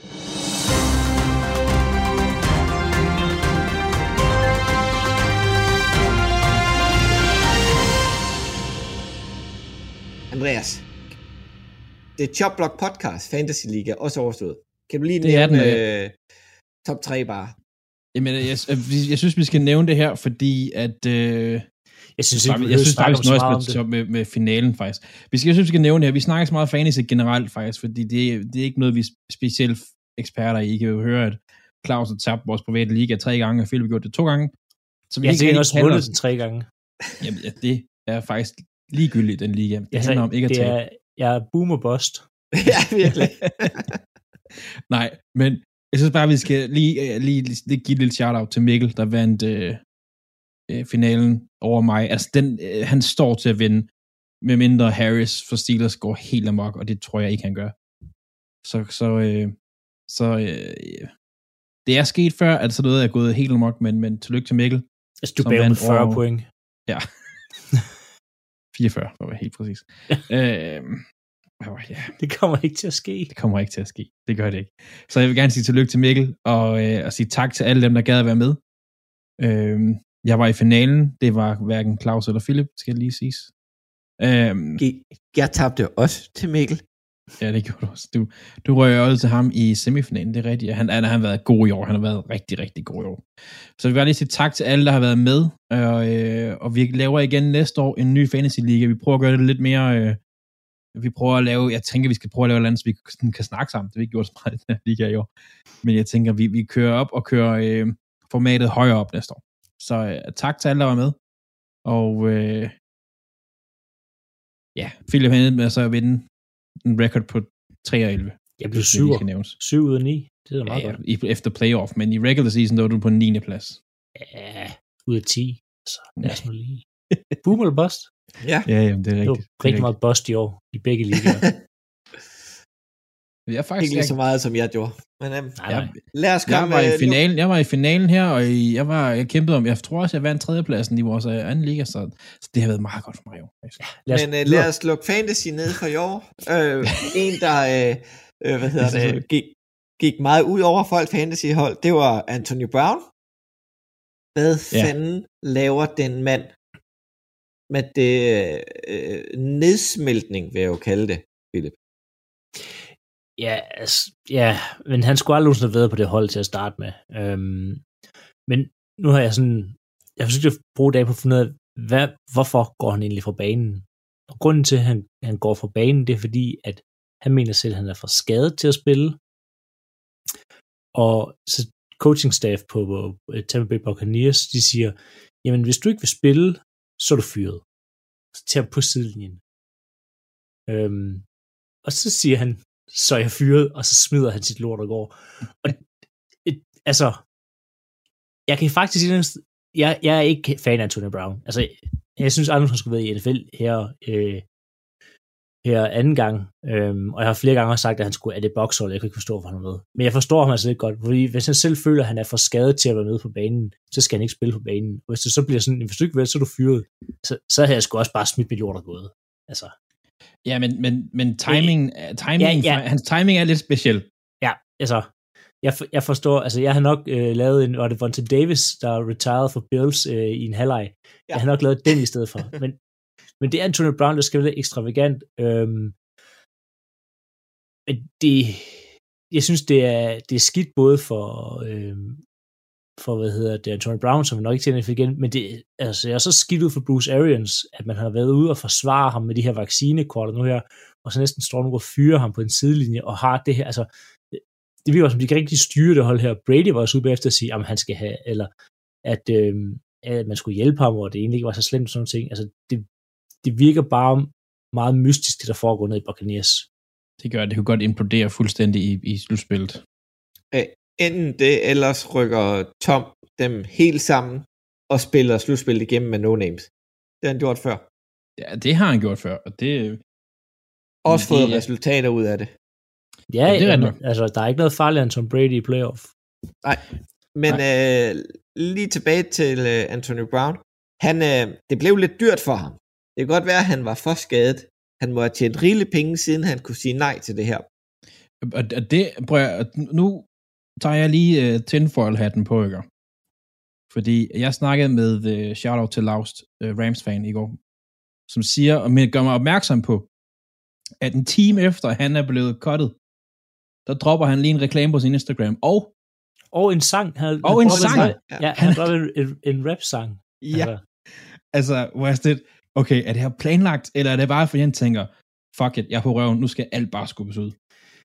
Andreas, det er Chopblock Podcast Fantasy Liga også overstået. Kan du lige nævne top 3 bare? Jamen, jeg synes, vi skal nævne det her, fordi at jeg synes faktisk nøjes med finalen faktisk. Jeg synes, vi skal nævne det her. Vi snakker så meget fantasy generelt faktisk, fordi det er ikke noget, vi er specielt eksperter i. I kan jo høre, at Claus har tabt vores private liga 3 gange, og Philip har gjort det 2 gange. Så vi har også vundet den 3 gange. Jamen, det er faktisk ligegyldigt, den liga. Det handler om ikke at tabe. Jeg er boomer bust. Ja, virkelig. Nej, men jeg synes bare, vi skal lige give et lille shout-out til Mikkel, der vandt finalen over mig. Altså, han står til at vinde, medmindre Harris for Steelers går helt amok, og det tror jeg ikke, han gør. Så det er sket før, at sådan noget er gået helt amok, men tillykke til Mikkel. Altså, du bag med 40 point. Ja. 44, for at være helt præcis. Ja. Det kommer ikke til at ske. Det kommer ikke til at ske. Det gør det ikke. Så jeg vil gerne sige tillykke til Mikkel, og sige tak til alle dem, der gad at være med. Jeg var i finalen. Det var hverken Claus eller Philip, skal jeg lige siges. Jeg tabte også til Mikkel. Ja, det gjorde du også. Du røg også til ham i semifinalen, det er rigtigt. Han har været god i år. Han har været rigtig, rigtig god i år. Så jeg vil gerne lige sige tak til alle, der har været med. Og vi laver igen næste år en ny fantasy-liga. Vi prøver at gøre det lidt mere... vi prøver at lave... Jeg tænker, vi skal prøve at lave et eller andet, så vi kan snakke sammen. Det har vi ikke gjort så meget i den her liga i år. Men jeg tænker, vi kører op og kører formatet højere op næste år. Så tak til alle, der var med. Og Philip havde med så at vinde en record på 3-11. Jeg blev 7 ud af 9. Det er da meget godt. Efter playoff, men i regular season, der var du på 9. plads. Ja, ud af 10. Så lad os nu lige. Boom eller bust? Ja, jamen, det er rigtigt. Det var rigtig meget bust i år, i begge ligaer. Jeg faktisk ikke lige så meget, som jeg gjorde. Men nej. Lad os komme... Jeg var i finalen her, og jeg kæmpede om... Jeg tror også, jeg vandt 3. pladsen i vores anden liga, så det har været meget godt for mig. Lad os lukke fantasy ned for i år. En, der gik meget ud over folk fantasy-hold, det var Antonio Brown. Hvad fanden laver den mand med det nedsmeltning, vil jeg jo kalde det, Philip? Men han skulle aldrig have været på det hold til at starte med. Men nu har jeg forsøgt at bruge dage på at finde ud af, hvorfor går han egentlig fra banen? Og grunden til, at han går fra banen, det er fordi, at han mener selv, at han er for skadet til at spille. Og så coaching staff på Tampa Bay Buccaneers, de siger, jamen hvis du ikke vil spille, så er du fyret. Så tager han på sidelinjen. Og så siger han, så er jeg fyret, og så smider han sit lort og går. Og, jeg kan faktisk sige, jeg er ikke fan af Antonio Brown. Altså, jeg synes aldrig, han skulle være i NFL her anden gang. Og jeg har flere gange sagt, at han skulle af det bokshold. Jeg kan ikke forstå, hvor han er med. Men jeg forstår ham altså ikke godt, fordi hvis han selv føler, at han er for skadet til at være med på banen, så skal han ikke spille på banen. Og hvis det så bliver sådan, hvis du ikke vil, så er du fyret. Så har jeg sgu også bare smidt mit lort og gået. Altså. Ja, men timing, hans timing er lidt speciel. Ja, altså, jeg forstår, altså jeg har nok lavet var det Vontae Davis, der retired for Bills i en halvleg. Ja. Jeg har nok lavet den i stedet for. men det er Antonio Brown, der skal være ekstravagant. Men jeg synes, det er skidt både for Antonio Brown, som nok ikke tjener igen, men det er så skidt ud for Bruce Arians, at man har været ude og forsvare ham med de her vaccinekorter nu her, og så næsten står nu og fyrer ham på en sidelinje, og har det her, altså, det virker som, de kan rigtig styre det hold her. Brady var også ude bagefter at sige, at han skal have, eller at man skulle hjælpe ham, og det egentlig ikke var så slemt sådan nogle ting. Altså, det virker bare meget mystisk, det der foregår nede i Buccaneers. Det gør, det kunne godt implodere fuldstændig i slutspillet. Enten det, ellers rykker Tom dem helt sammen og spiller slutspillet igennem med no-names. Det har han gjort før. Ja, det har han gjort før, og det... Også fået resultater ud af det. Ja, det er nok. Altså, der er ikke noget farligt end Tom Brady i playoff. Nej, men lige tilbage til Antonio Brown. Det blev lidt dyrt for ham. Det kan godt være, at han var for skadet. Han må have tjent rigeligt penge, siden han kunne sige nej til det her. Og det, nu tager jeg lige tinfoil-hatten på, ikke? Fordi jeg snakkede med shout-out til Laust, Rams-fan i går, som siger, og gør mig opmærksom på, at en time efter han er blevet cuttet, der dropper han lige en reklame på sin Instagram, og en sang. Ja, han dropper en rap-sang. Ja, altså, hvor er det? Okay, er det her planlagt, eller er det bare, fordi han tænker, fuck it, jeg er på røven, nu skal alt bare skubbes ud.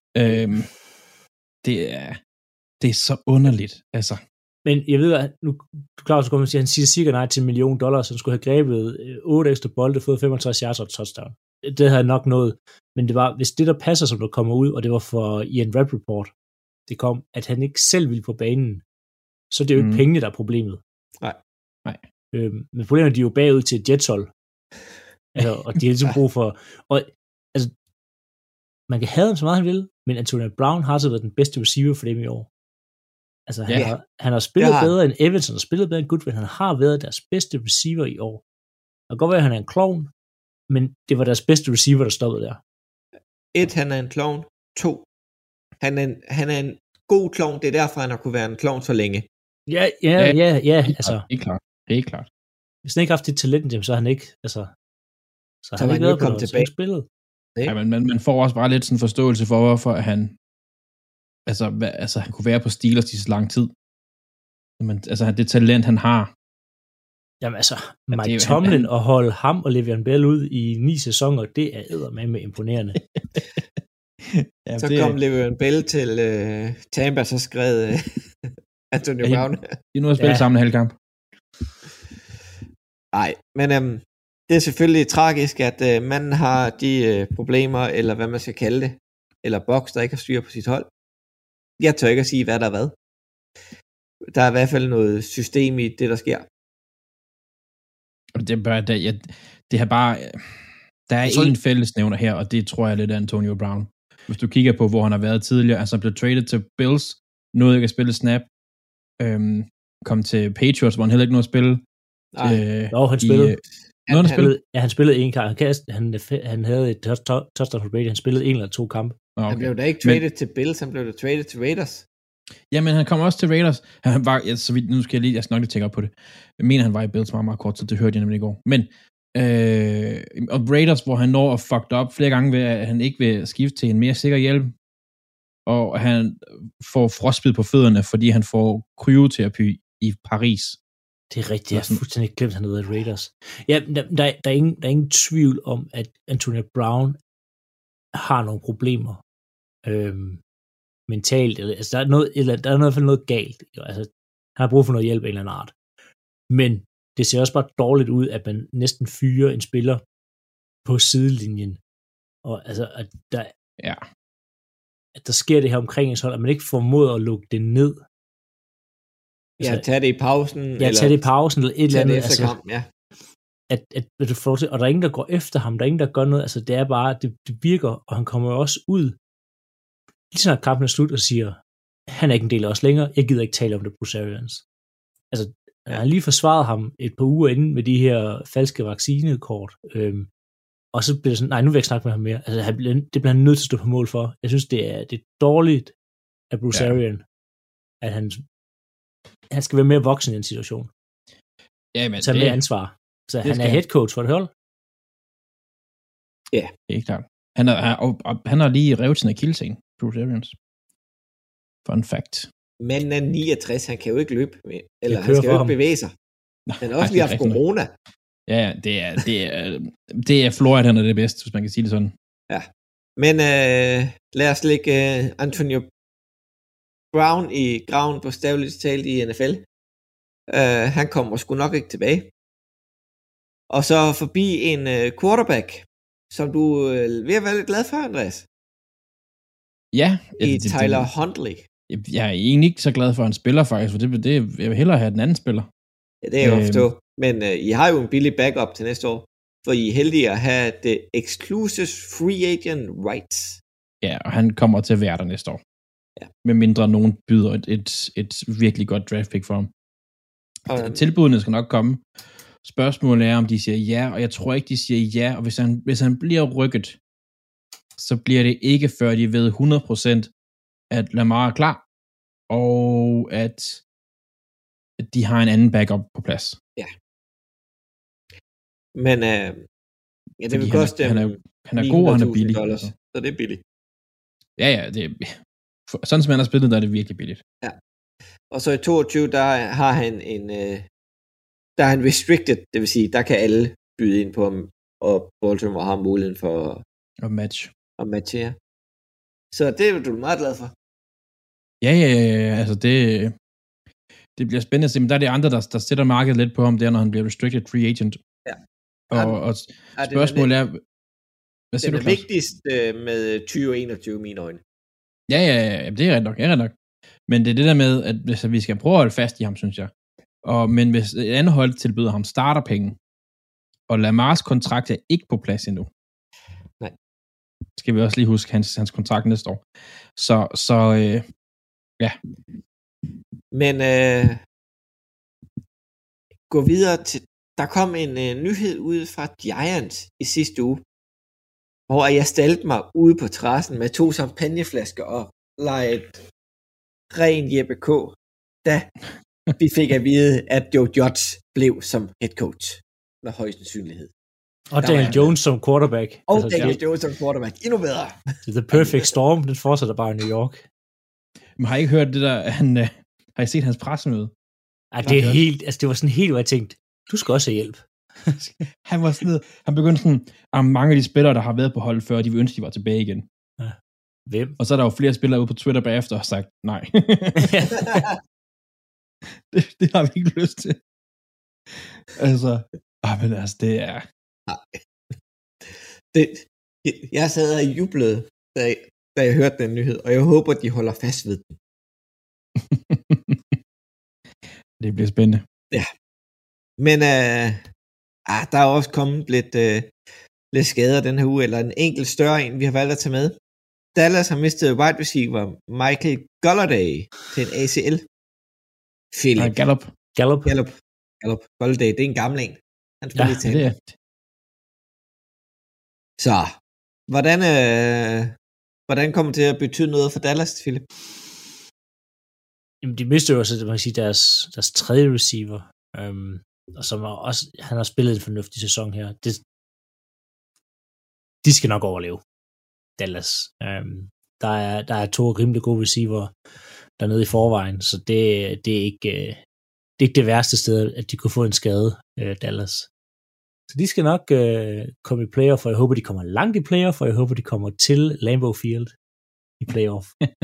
Det er så underligt, altså. Men jeg ved, at nu Claus kommer og siger, at han siger cirka nej til $1 million, så han skulle have grebet 8 ekstra bolde, fået 65 yards og touchdown. Det havde nok nået. Men det var, hvis det der passer, som der kommer ud, og det var for Ian Rappaport, det kom, at han ikke selv ville på banen, så det er jo ikke pengene, der er problemet. Nej. Men problemet er, de er jo bagud til et Jetshold. Altså, og de har ligesom brug for... Og, altså, man kan have ham så meget, han vil, men Antonio Brown har så været den bedste receiver for dem i år. Altså, han har spillet bedre end Evans, han har spillet bedre end Goodwin, han har været deres bedste receiver i år. Og godt være, at han er en klovn, men det var deres bedste receiver, der stoppede der. 1, han er en klovn. 2, han er en god klovn. Det er derfor, han har kunne være en klovn så længe. Ja, altså. Helt klart. Hvis han ikke har haft det talent, så har han ikke, altså, så har han ikke været på noget, så spillet. Ja, men man får også bare lidt sådan en forståelse for, hvorfor han, altså han kunne være på Steelers i så lang tid. Men, altså det talent, han har. Jamen altså, Mike Tomlin og holde ham og Le'Veon Bell ud i 9 sæsoner, det er eddermame imponerende. Ja, så kom Le'Veon Bell til Tampa, så skrev Antonio Brown. De nu har spillet sammen en halv kamp. Nej, men det er selvfølgelig tragisk, at man har de problemer, eller hvad man skal kalde det, eller boks, der ikke har styr på sit hold. Jeg tør ikke at sige, hvad der er hvad. Der er i hvert fald noget system i det, der sker. Det har bare... Der er en fællesnævner her, og det tror jeg lidt af Antonio Brown. Hvis du kigger på, hvor han har været tidligere, altså blev traded til Bills, nåede ikke at spille snap, kom til Patriots, hvor han heller ikke nåede at spille. Han spillede. Han spillede en kamp. Han havde et touchdown for Brady. Han spillede 1 eller 2 kampe. Okay. Han blev da ikke traded til Bills, han blev da traded til Raiders. Jamen, han kom også til Raiders. Han var, så vidt, nu skal jeg skal nok lige tjekke op på det. Jeg mener, han var i Bills meget kort, så det hørte jeg nemlig i går. Men, og Raiders, hvor han når at fucked up flere gange ved, at han ikke vil skifte til en mere sikker hjælp. Og han får frostbid på fødderne, fordi han får kryoterapi i Paris. Det er rigtigt, jeg har fuldstændig glemt, han hedder Raiders. Ja, der er ingen tvivl om, at Antonio Brown har nogle problemer mentalt. Altså, der er i hvert fald noget galt. Altså, han har brug for noget hjælp af en eller anden art. Men det ser også bare dårligt ud, at man næsten fyrer en spiller på sidelinjen. Og altså, at der sker det her omkring ens hold, at man ikke formår at lukke det ned. Ja, tage det i pausen. Ja, tage det i pausen, eller et eller andet. Altså, kamp, ja. At du får til, og der er ingen, der går efter ham, der er ingen, der gør noget, altså det er bare, det virker, og han kommer også ud, lige snart kampen er slut, og siger, han er ikke en del af os længere, jeg gider ikke tale om det, Bruce Arians. Altså, han har lige forsvaret ham et par uger inden med de her falske vaccinekort, og så bliver det sådan, nej, nu vil jeg ikke snakke med ham mere. Altså, det bliver han nødt til at stå på mål for. Jeg synes, det er dårligt af Bruce Arians, at han skal være mere voksen i en situation. Ja, men tage mere ansvar. Så han er head coach for et hold. Ja, helt klart. Han har lige revet sin akillesen, Bruce Arians. Fun fact. Men er 69, han kan jo ikke løbe med, eller han skal jo ikke bevæge sig. Han har også lige haft corona. Ja, det er Florida, han er det bedste, hvis man kan sige det sådan. Ja, men lad os lægge Antonio Brown i graven på stavligt talt i NFL. Han kommer sgu nok ikke tilbage. Og så forbi en quarterback, som du vil være lidt glad for, Andreas. Ja. I Tyler Huntley. Jeg er egentlig ikke så glad for, at han spiller faktisk, for det jeg vil hellere have den anden spiller. Ja, det er jeg forstå. Men I har jo en billig backup til næste år, for I er heldige at have det exclusive free agent rights. Ja, og han kommer til at være der næste år. Ja. Med mindre nogen byder et virkelig godt draft pick for ham. Tilbudene skal nok komme. Spørgsmålet er, om de siger ja, og jeg tror ikke, de siger ja, og hvis han bliver rykket, så bliver det ikke før de ved 100%, at Lamar er klar, og at de har en anden backup på plads. Ja. Men det vil koste han er god, og han er billig. Så det er billigt. Ja, det er, sådan som han har spillet, der er det virkelig billigt. Ja. Og så i 22, der har han der er han restricted, det vil sige, der kan alle byde ind på ham, og Baltimore har muligheden for at matche, ja. Så det er du meget glad for. Ja, altså det bliver spændende at se, men der er det andre, der sætter markedet lidt på ham, der når han bliver restricted free agent. Ja. Og spørgsmålet er, hvad siger du, Claus? Det er vigtigst med 2021 i mine øjne. Ja, det er ret nok. Men det er det der med, at hvis vi skal prøve at holde fast i ham, synes jeg. Men hvis et andet hold tilbyder ham starterpenge, og Lamars kontrakt er ikke på plads endnu. Nej. Skal vi også lige huske hans kontrakt næste år. Så ja. Men gå videre til der kom en nyhed ud fra Giants i sidste uge, hvor jeg stillede mig ude på terrassen med 2 champagneflasker og legede ren Jeppe K., da vi fik at vide, at Joe Judge blev som head coach med høj sandsynlighed. Og Daniel Jones som quarterback. Og Daniel Jones som quarterback. Endnu bedre. The perfect storm, den fortsætter bare i New York. Men har I ikke hørt det der, har I set hans pressemøde? Ej, det er helt, altså det var sådan helt, hvor jeg tænkte, du skal også have hjælp. Han var sådan, han begyndte sådan, at mange af de spillere, der har været på holdet før, de vil ønske, de var tilbage igen. Ja. Hvem? Og så er der jo flere spillere ude på Twitter bagefter og har sagt, nej. det har vi ikke lyst til. Altså, men altså, det er... Jeg sad og jublede, da jeg hørte den nyhed, og jeg håber, de holder fast ved den. Det bliver spændende. Ja. Men der er også kommet lidt skader den her uge, eller en enkelt større en, vi har valgt at tage med. Dallas har mistet wide receiver Michael Golladay til en ACL. Philip. Gallup. Golladay, det er en gammel en. Han spiller lige til. Det er. Så, hvordan kommer det til at betyde noget for Dallas, Philip? Jamen, de mister jo også, man kan sige, deres tredje receiver, og som også, han har spillet en fornuftig sæson her. De skal nok overleve, Dallas. Der er 2 rimelig gode receiver dernede i forvejen, så det er ikke det værste sted, at de kunne få en skade, Dallas. Så de skal nok komme i playoff, og jeg håber, de kommer langt i playoff, og jeg håber, de kommer til Lambeau Field i playoff.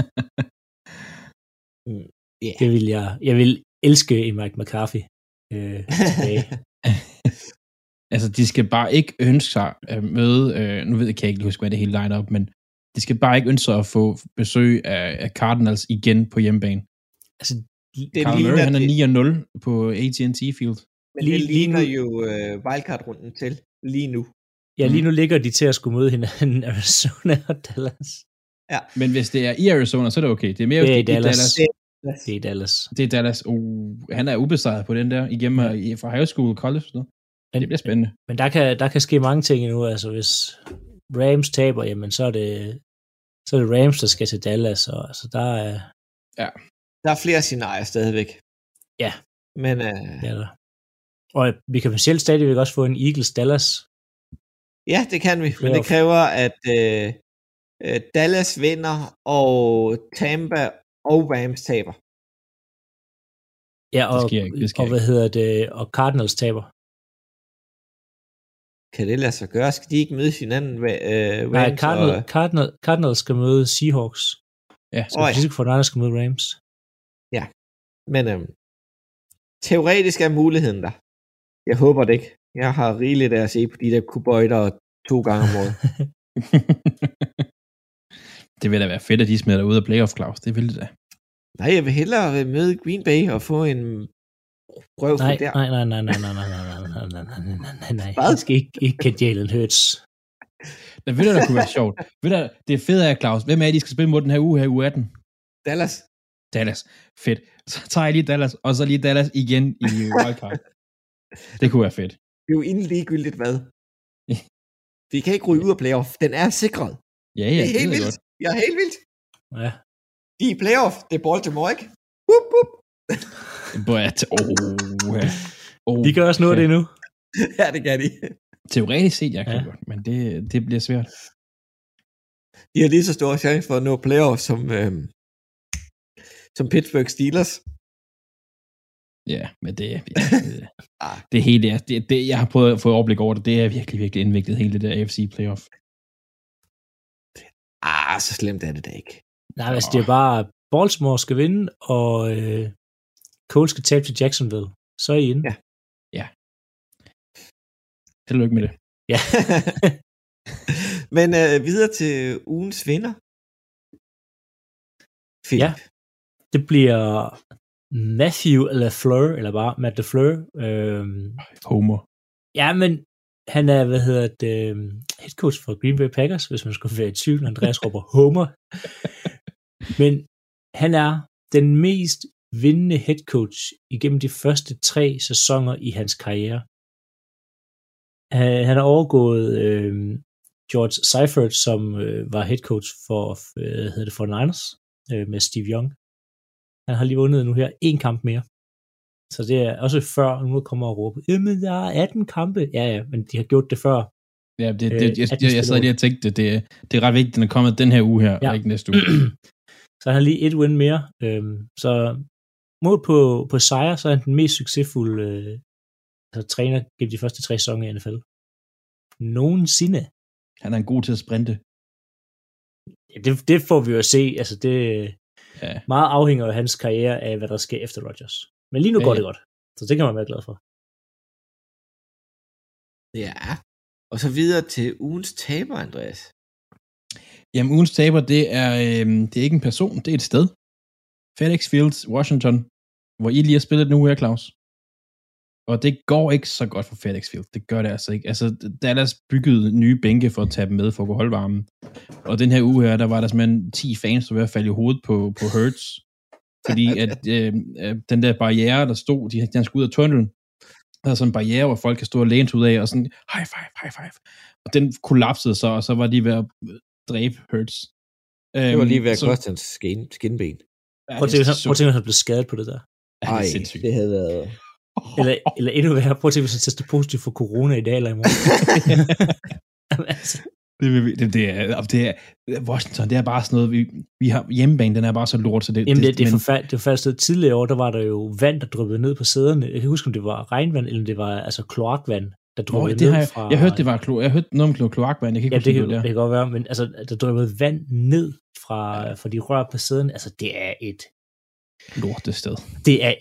Yeah. Det vil jeg vil elske i Mike McCarthy tilbage. Altså, de skal bare ikke ønske sig at møde, nu ved jeg ikke huske, hvad det hele line-up, men de skal bare ikke ønske sig at få besøg af Cardinals igen på hjemmebane. Altså, Kyler Murray, han er 9-0 på AT&T Field. Men det ligner jo wildcard-runden til lige nu. Ja, lige nu ligger de til at skulle møde hinanden, Arizona og Dallas. Ja. Men hvis det er i Arizona, så er det okay. Det er mere i Dallas. Det er Dallas. Det er Dallas. Han er ubesejret på den der, igennem fra high school og college. Så. Det bliver spændende. Men der kan ske mange ting endnu. Altså, hvis Rams taber, jamen, så er det Rams, der skal til Dallas. Og, altså, der er... Ja. Der er flere scenarier stadigvæk. Ja. Men... Det er der. Og vi kan selv stadigvæk også få en Eagles-Dallas. Ja, det kan vi. Men det kræver, at Dallas vinder, og Tampa og Rams taber. Ja, og hvad hedder det? Og Cardinals taber. Kan det lade sig gøre? Skal de ikke møde hinanden? Nej, Cardinals skal møde Seahawks. Ja, så Pacific 49ers skal møde Rams. Ja, men teoretisk er muligheden der. Jeg håber det ikke. Jeg har rigeligt af at se på de der kubøjter 2 gange om året. Det vil da være fedt, at de smider dig ud af playoff, Claus. Det vil det da. Nej, jeg vil hellere møde Green Bay og få en røv for der. Nej. Det skal ikke kan Jalen Hurts. Det ved der kunne være sjovt. Det er fedt af, Claus. Hvem er de skal spille mod den her uge her, uge 18? Dallas. Fedt. Så tager jeg lige Dallas, og så lige Dallas igen i wildcard. Det kunne være fedt. Det er jo egentlig ligegyldigt hvad. Vi kan ikke ryge ud af playoff. Den er sikret. Ja, det er helt vildt. Godt. Jeg er helt vildt. Ja. De er i playoff. Det er Baltimore, ikke? De gør også noget af det nu. Ja, det kan de. Teoretisk set, jeg kan godt, men det bliver svært. De har lige så stor chance for at nå playoff som Pittsburgh Steelers. Ja, men det hele det jeg har prøvet at få overblik over det er virkelig, virkelig indviklet, hele det der AFC playoff. Så slemt er det da ikke. Nej, altså det er bare, Baltimore skal vinde, og Colts skal tabe til Jacksonville. Så er I inde. Ja. Held og lykke med det. Ja. Men videre til ugens vinder. Philip. Ja, det bliver Matthew LaFleur, eller bare Matt LaFleur. Homer. Ja, men han er, head coach for Green Bay Packers, hvis man skulle være i tvivl. Andreas råber Homer. Men han er den mest vindende head coach igennem de første 3 sæsoner i hans karriere. Han har overgået George Seifert, som var head coach for Niners med Steve Young. Han har lige vundet nu her 1 kamp mere. Så det er også før, nu kommer og råbe, jamen der er 18 kampe. Ja, men de har gjort det før. Ja, jeg sad lige og tænkte, det er ret vigtigt, at den er kommet den her uge her, og ikke næste uge. Så han har lige 1 win mere. Så mål på sejr, så er han den mest succesfulde træner gennem de første 3 sæsoner i NFL. Nogensinde. Han er en god til at sprinte. Ja, det får vi jo at se. Altså det meget afhænger af hans karriere af, hvad der sker efter Rodgers. Men lige nu går det godt. Så det kan man være glad for. Ja. Og så videre til ugens taber, Andreas. Jamen, ugens taber, det er ikke en person, det er et sted. FedEx Field, Washington, hvor I lige har spillet nu her, Claus. Og det går ikke så godt for FedEx Field. Det gør det altså ikke. Altså, Dallas byggede nye bænke for at tage dem med for at kunne holde varmen. Og den her uge her, der var der simpelthen 10 fans, der var ved at falde i hovedet på Hurts. Fordi at den der barriere, der stod, de skulle ud af tunnelen, der er sådan en barriere, hvor folk kan stå og læne ud af, og sådan, high five. Og den kollapsede så, og så var de ved at dræbe Hurts. Det var lige ved at koste hans skinben. Prøv at tænke, at han blev skadet på det der. Ej, det havde været... Eller endnu værre, prøv at tænke, hvis han tester positivt for corona i dag eller i morgen. Det er Washington, det er bare sådan noget, vi har hjemmebane, den er bare så lort, så det... Jamen, det er forfærdeligt. Tidligere år, der var der jo vand, der dryppede ned på sæderne. Jeg kan huske, om det var regnvand, eller det var altså kloakvand, der dryppede ned fra... Jeg hørte, det var noget med kloakvand, jeg kan ikke huske, det kan godt være, men altså, der dryppede vand ned fra de rør på sæderne. Altså, det er et... lortested. Det er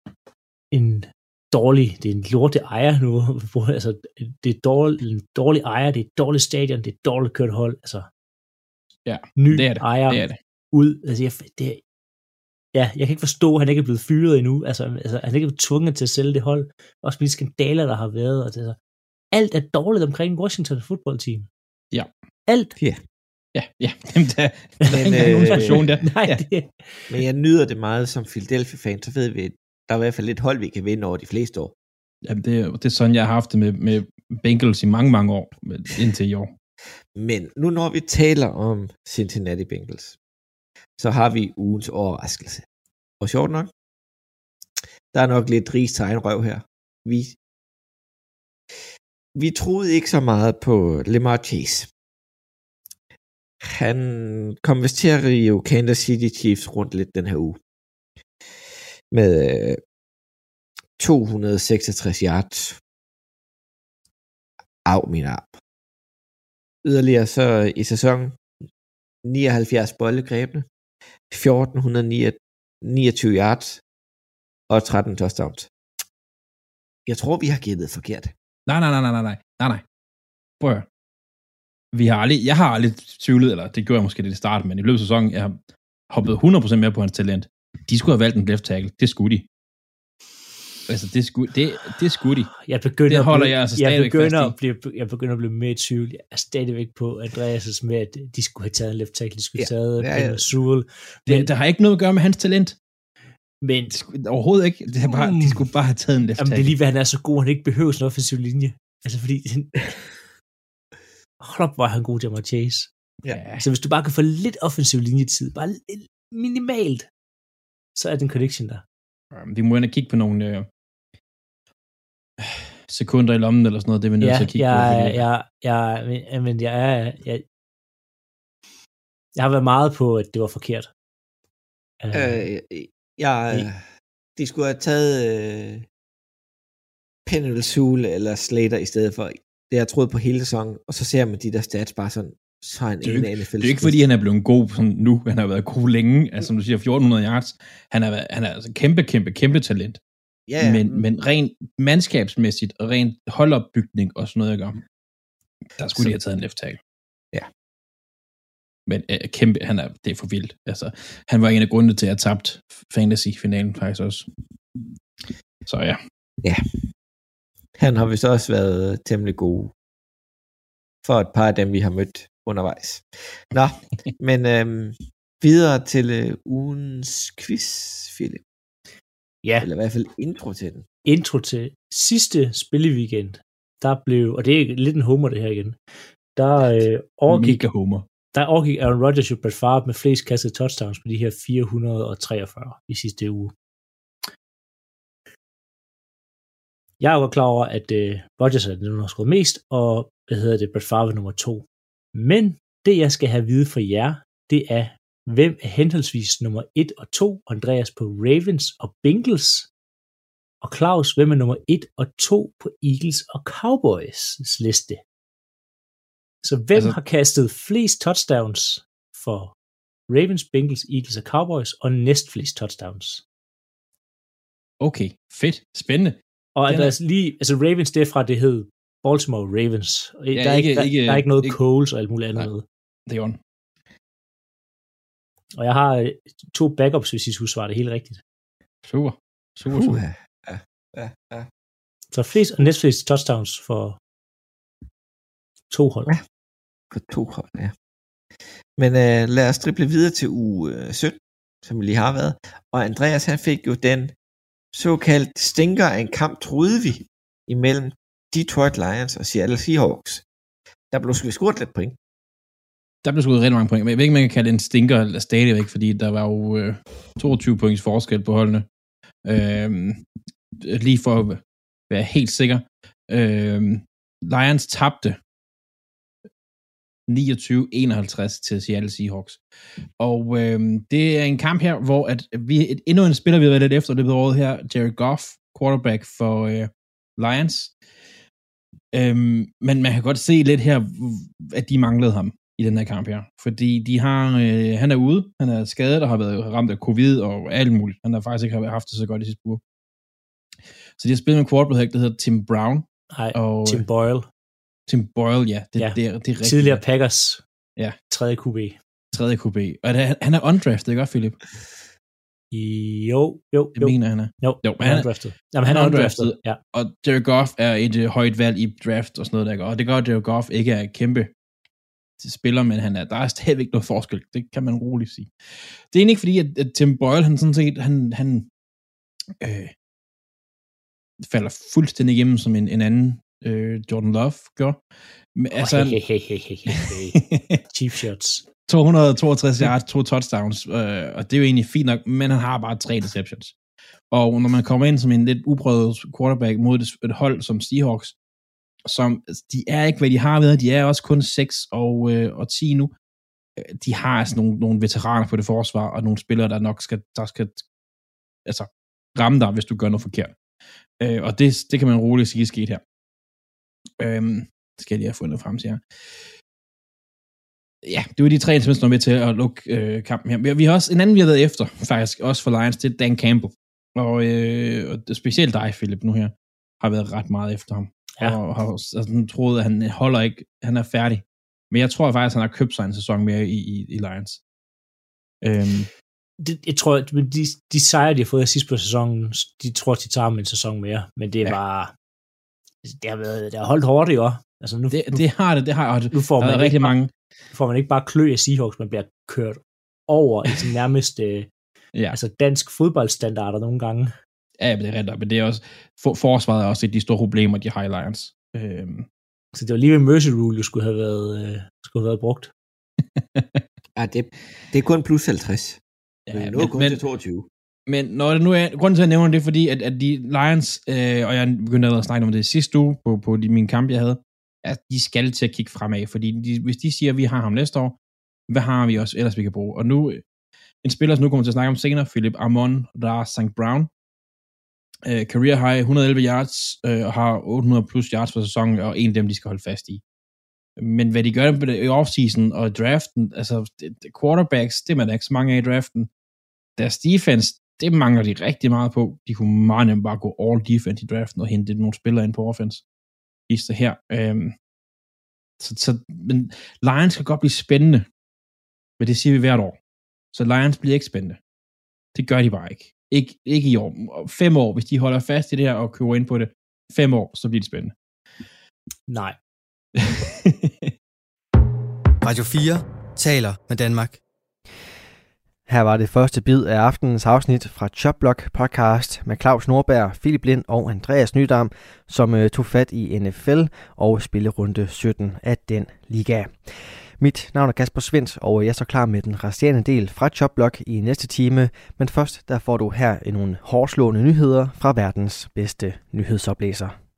det er en lorte ejer nu, altså, det er en dårlig ejer, det er et dårligt stadion, det er et dårligt kørt hold, altså, ny det er det. ejer det er det. ud, altså, jeg kan ikke forstå, at han ikke er blevet fyret endnu, altså han er ikke blevet tvunget til at sælge det hold, også med de skandaler, der har været, og det, altså, alt er dårligt omkring Washington fodboldteam. Ja. Alt. Ja. Jamen, der er ikke nogen diskussion der. Nej, Men jeg nyder det meget som Philadelphia-fan, så ved vi, der er i hvert fald lidt hold, vi kan vinde over de fleste år. Jamen, det er sådan, jeg har haft det med Bengals i mange, mange år, indtil i år. Men nu når vi taler om Cincinnati Bengals, så har vi ugens overraskelse. Og sjovt nok, der er nok lidt ris til egen røv her. Vi troede ikke så meget på Lamar Chase. Han kom vist til at rive Kansas City Chiefs rundt lidt den her uge. Med 266 yards. Min arm. Yderligere så i sæsonen 79 bolde-grebne, 1429 yards og 13 touchdowns. Jeg tror, vi har gættet forkert. Nej. Prøv at jeg har aldrig tvivlet, eller det gjorde jeg måske lidt i starten, men i løbet af sæsonen, jeg har hoppet 100% mere på hans talent. De skulle have valgt en left tackle. Det skulle de. Altså, det skulle de. Jeg begynder at blive mere i tvivl. Jeg er stadigvæk på Andreas' med, at de skulle have taget en left tackle. De skulle have taget Penn Sewell. Der har ikke noget at gøre med hans talent. Men overhovedet ikke. Det er bare, de skulle bare have taget en left tackle. Det er lige, hvad han er så god, han ikke behøver sådan en offensiv linje. Altså, fordi... Hold op, hvor er han god til Jamar Chase. Ja. Så hvis du bare kan få lidt offensiv linjetid, bare minimalt, så er den connection der. Vi må ind og kigge på nogle sekunder i lommen, eller sådan noget, det er vi nødt til at kigge på. Jeg har været meget på, at det var forkert. De skulle have taget Penny Sewell eller Slater i stedet for. Det har jeg troet på hele sæsonen, og så ser man de der stats bare sådan, så er det er ikke fordi, han er blevet god sådan nu. Han har været god længe. Altså, som du siger, 1400 yards. Han er altså kæmpe talent. Ja. Men rent mandskabsmæssigt, og rent holdopbygning og sådan noget, jeg gør, der skulle de have taget en left tackle. Ja. Men det er for vildt. Altså, han var en af grundene til, at jeg tabte fantasy-finalen faktisk også. Så ja. Ja. Han har vist også været temmelig god for et par af dem, vi har mødt undervejs. Nå, men videre til ugens quiz, Philip. Ja. Eller i hvert fald intro til den. Intro til sidste spilleweekend der blev, og det er lidt en homer det her igen, der overgik Aaron Rodgers jo Brett Favre med flest kastede touchdowns på de her 443 i sidste uge. Jeg er jo klar over, at Rodgers er den, der har skåret mest, og Brett Favre nummer 2. Men det, jeg skal have at vide for jer, det er, hvem er henholdsvis nummer 1 og 2, Andreas på Ravens og Bengals, og Claus, hvem er nummer 1 og 2 på Eagles og Cowboys liste. Så hvem har kastet flest touchdowns for Ravens, Bengals, Eagles og Cowboys, og næstflest touchdowns? Okay, fedt, spændende. Og altså Ravens, det er fra, det hed Baltimore Ravens. Ja, der er ikke noget Coles og alt muligt andet. Det er on. Og jeg har 2 backups, hvis I skulle svare det helt rigtigt. Super. Ja. Så flest og næstflest touchdowns for 2 hold. Ja, på 2 hold, ja. Men lad os drible videre til uge 17, som vi lige har været. Og Andreas, han fik jo den såkaldt stinker af en kamp, troede vi, imellem Detroit Lions og Seattle Seahawks. Der blev scoret lidt point. Der blev scoret rigtig mange point. Jeg ved ikke, man kan kalde det en stinker stadigvæk, fordi der var jo 22 points forskel på holdene. Lige for at være helt sikker. Lions tabte 29-51 til Seattle Seahawks. Og det er en kamp her, hvor at endnu en spiller, vi har været lidt efter det året her, Jared Goff, quarterback for Lions. Men man kan godt se lidt her, at de manglede ham i den her kamp her. Fordi han er ude, han er skadet og har været ramt af covid og alt muligt. Han har faktisk ikke haft det så godt i sidste uge. Så de har spillet med en quarterback, der hedder Tim Brown. Nej, Tim Boyle. Tim Boyle, ja. Det er rigtigt. Tidligere Packers. Ja. 3. QB. Og han er undrafted, ikke også, Philip? Jo. Jeg mener, han er. Jo, han er undrafted. Jamen, han er undrafted, ja. Og Jared Goff er et højt valg i draft og sådan noget, der. Og det gør, at Jared Goff ikke er kæmpe spiller, men der er stadigvæk noget forskel. Det kan man roligt sige. Det er egentlig ikke fordi, at Tim Boyle, han sådan set, han falder fuldstændig igennem som en anden Jordan Love gør. Men, altså, cheap shots. 262 yards, 2 touchdowns, og det er jo egentlig fint nok, men han har bare 3 interceptions. Og når man kommer ind som en lidt uprøvet quarterback mod et hold som Seahawks, som de er ikke, hvad de har været, de er også kun 6 og 10 nu. De har altså nogle veteraner på det forsvar, og nogle spillere, der nok skal altså, ramme dig, hvis du gør noget forkert. Og det kan man roligt sige sket her. Skal jeg lige have fundet frem til her. Ja, det var de 3 som er med til at lukke kampen her. Vi har også en anden, vi har været efter, faktisk også for Lions, det er Dan Campbell. Og specielt dig, Philip, nu her, har været ret meget efter ham. Ja. Og har troet, at han holder ikke, han er færdig. Men jeg tror faktisk, han har købt sig en sæson mere i Lions. Jeg tror, at de sejre, de har fået sidst på sæsonen, de tror, de tager med en sæson mere. Men det er bare... Det har holdt hårdt i år. Altså nu, det har det. Nu får man rigtig mange. Får man ikke bare klø af Seahawks, man bliver kørt over i sin nærmeste altså dansk fodboldstandarder nogle gange. Ja, men det er rigtigt. Men det er også forsvaret er også et af de store problemer, de har i Lions. Så det var lige ved Mercy Rule, jo skulle have været brugt. Ja, det er kun plus 50. Ja, men nu er kun til 22. Men når det nu er, grunden til at nævne det, fordi at de Lions, og jeg begyndte at snakke om det sidste uge på min kamp, jeg havde, at de skal til at kigge fremad, fordi hvis de siger, at vi har ham næste år, hvad har vi også ellers, vi kan bruge? Og nu, en spiller, som nu kommer til at snakke om senere, Philip Amon-Ra St. Brown, career high 111 yards, og har 800 plus yards for sæsonen, og en af dem, de skal holde fast i. Men hvad de gør i offseason og draften, altså quarterbacks, det er man ikke så mange af i draften. Deres defense, det mangler de rigtig meget på. De kunne meget nemt bare gå all defense i draften og hente nogle spillere ind på offense. Hister her. Men Lions kan godt blive spændende. Men det siger vi hvert år. Så Lions bliver ikke spændende. Det gør de bare ikke. Ikke i år. 5 år, hvis de holder fast i det her og køber ind på det. 5 år, så bliver det spændende. Nej. Radio 4 taler med Danmark. Her var det første bid af aftenens afsnit fra Chopblock podcast med Claus Nordberg, Philip Lind og Andreas Nydam, som tog fat i NFL og spillerunde 17 af den liga. Mit navn er Kasper Svendt, og jeg står klar med den resterende del fra Chopblock i næste time. Men først der får du her nogle hårdslående nyheder fra verdens bedste nyhedsoplæser.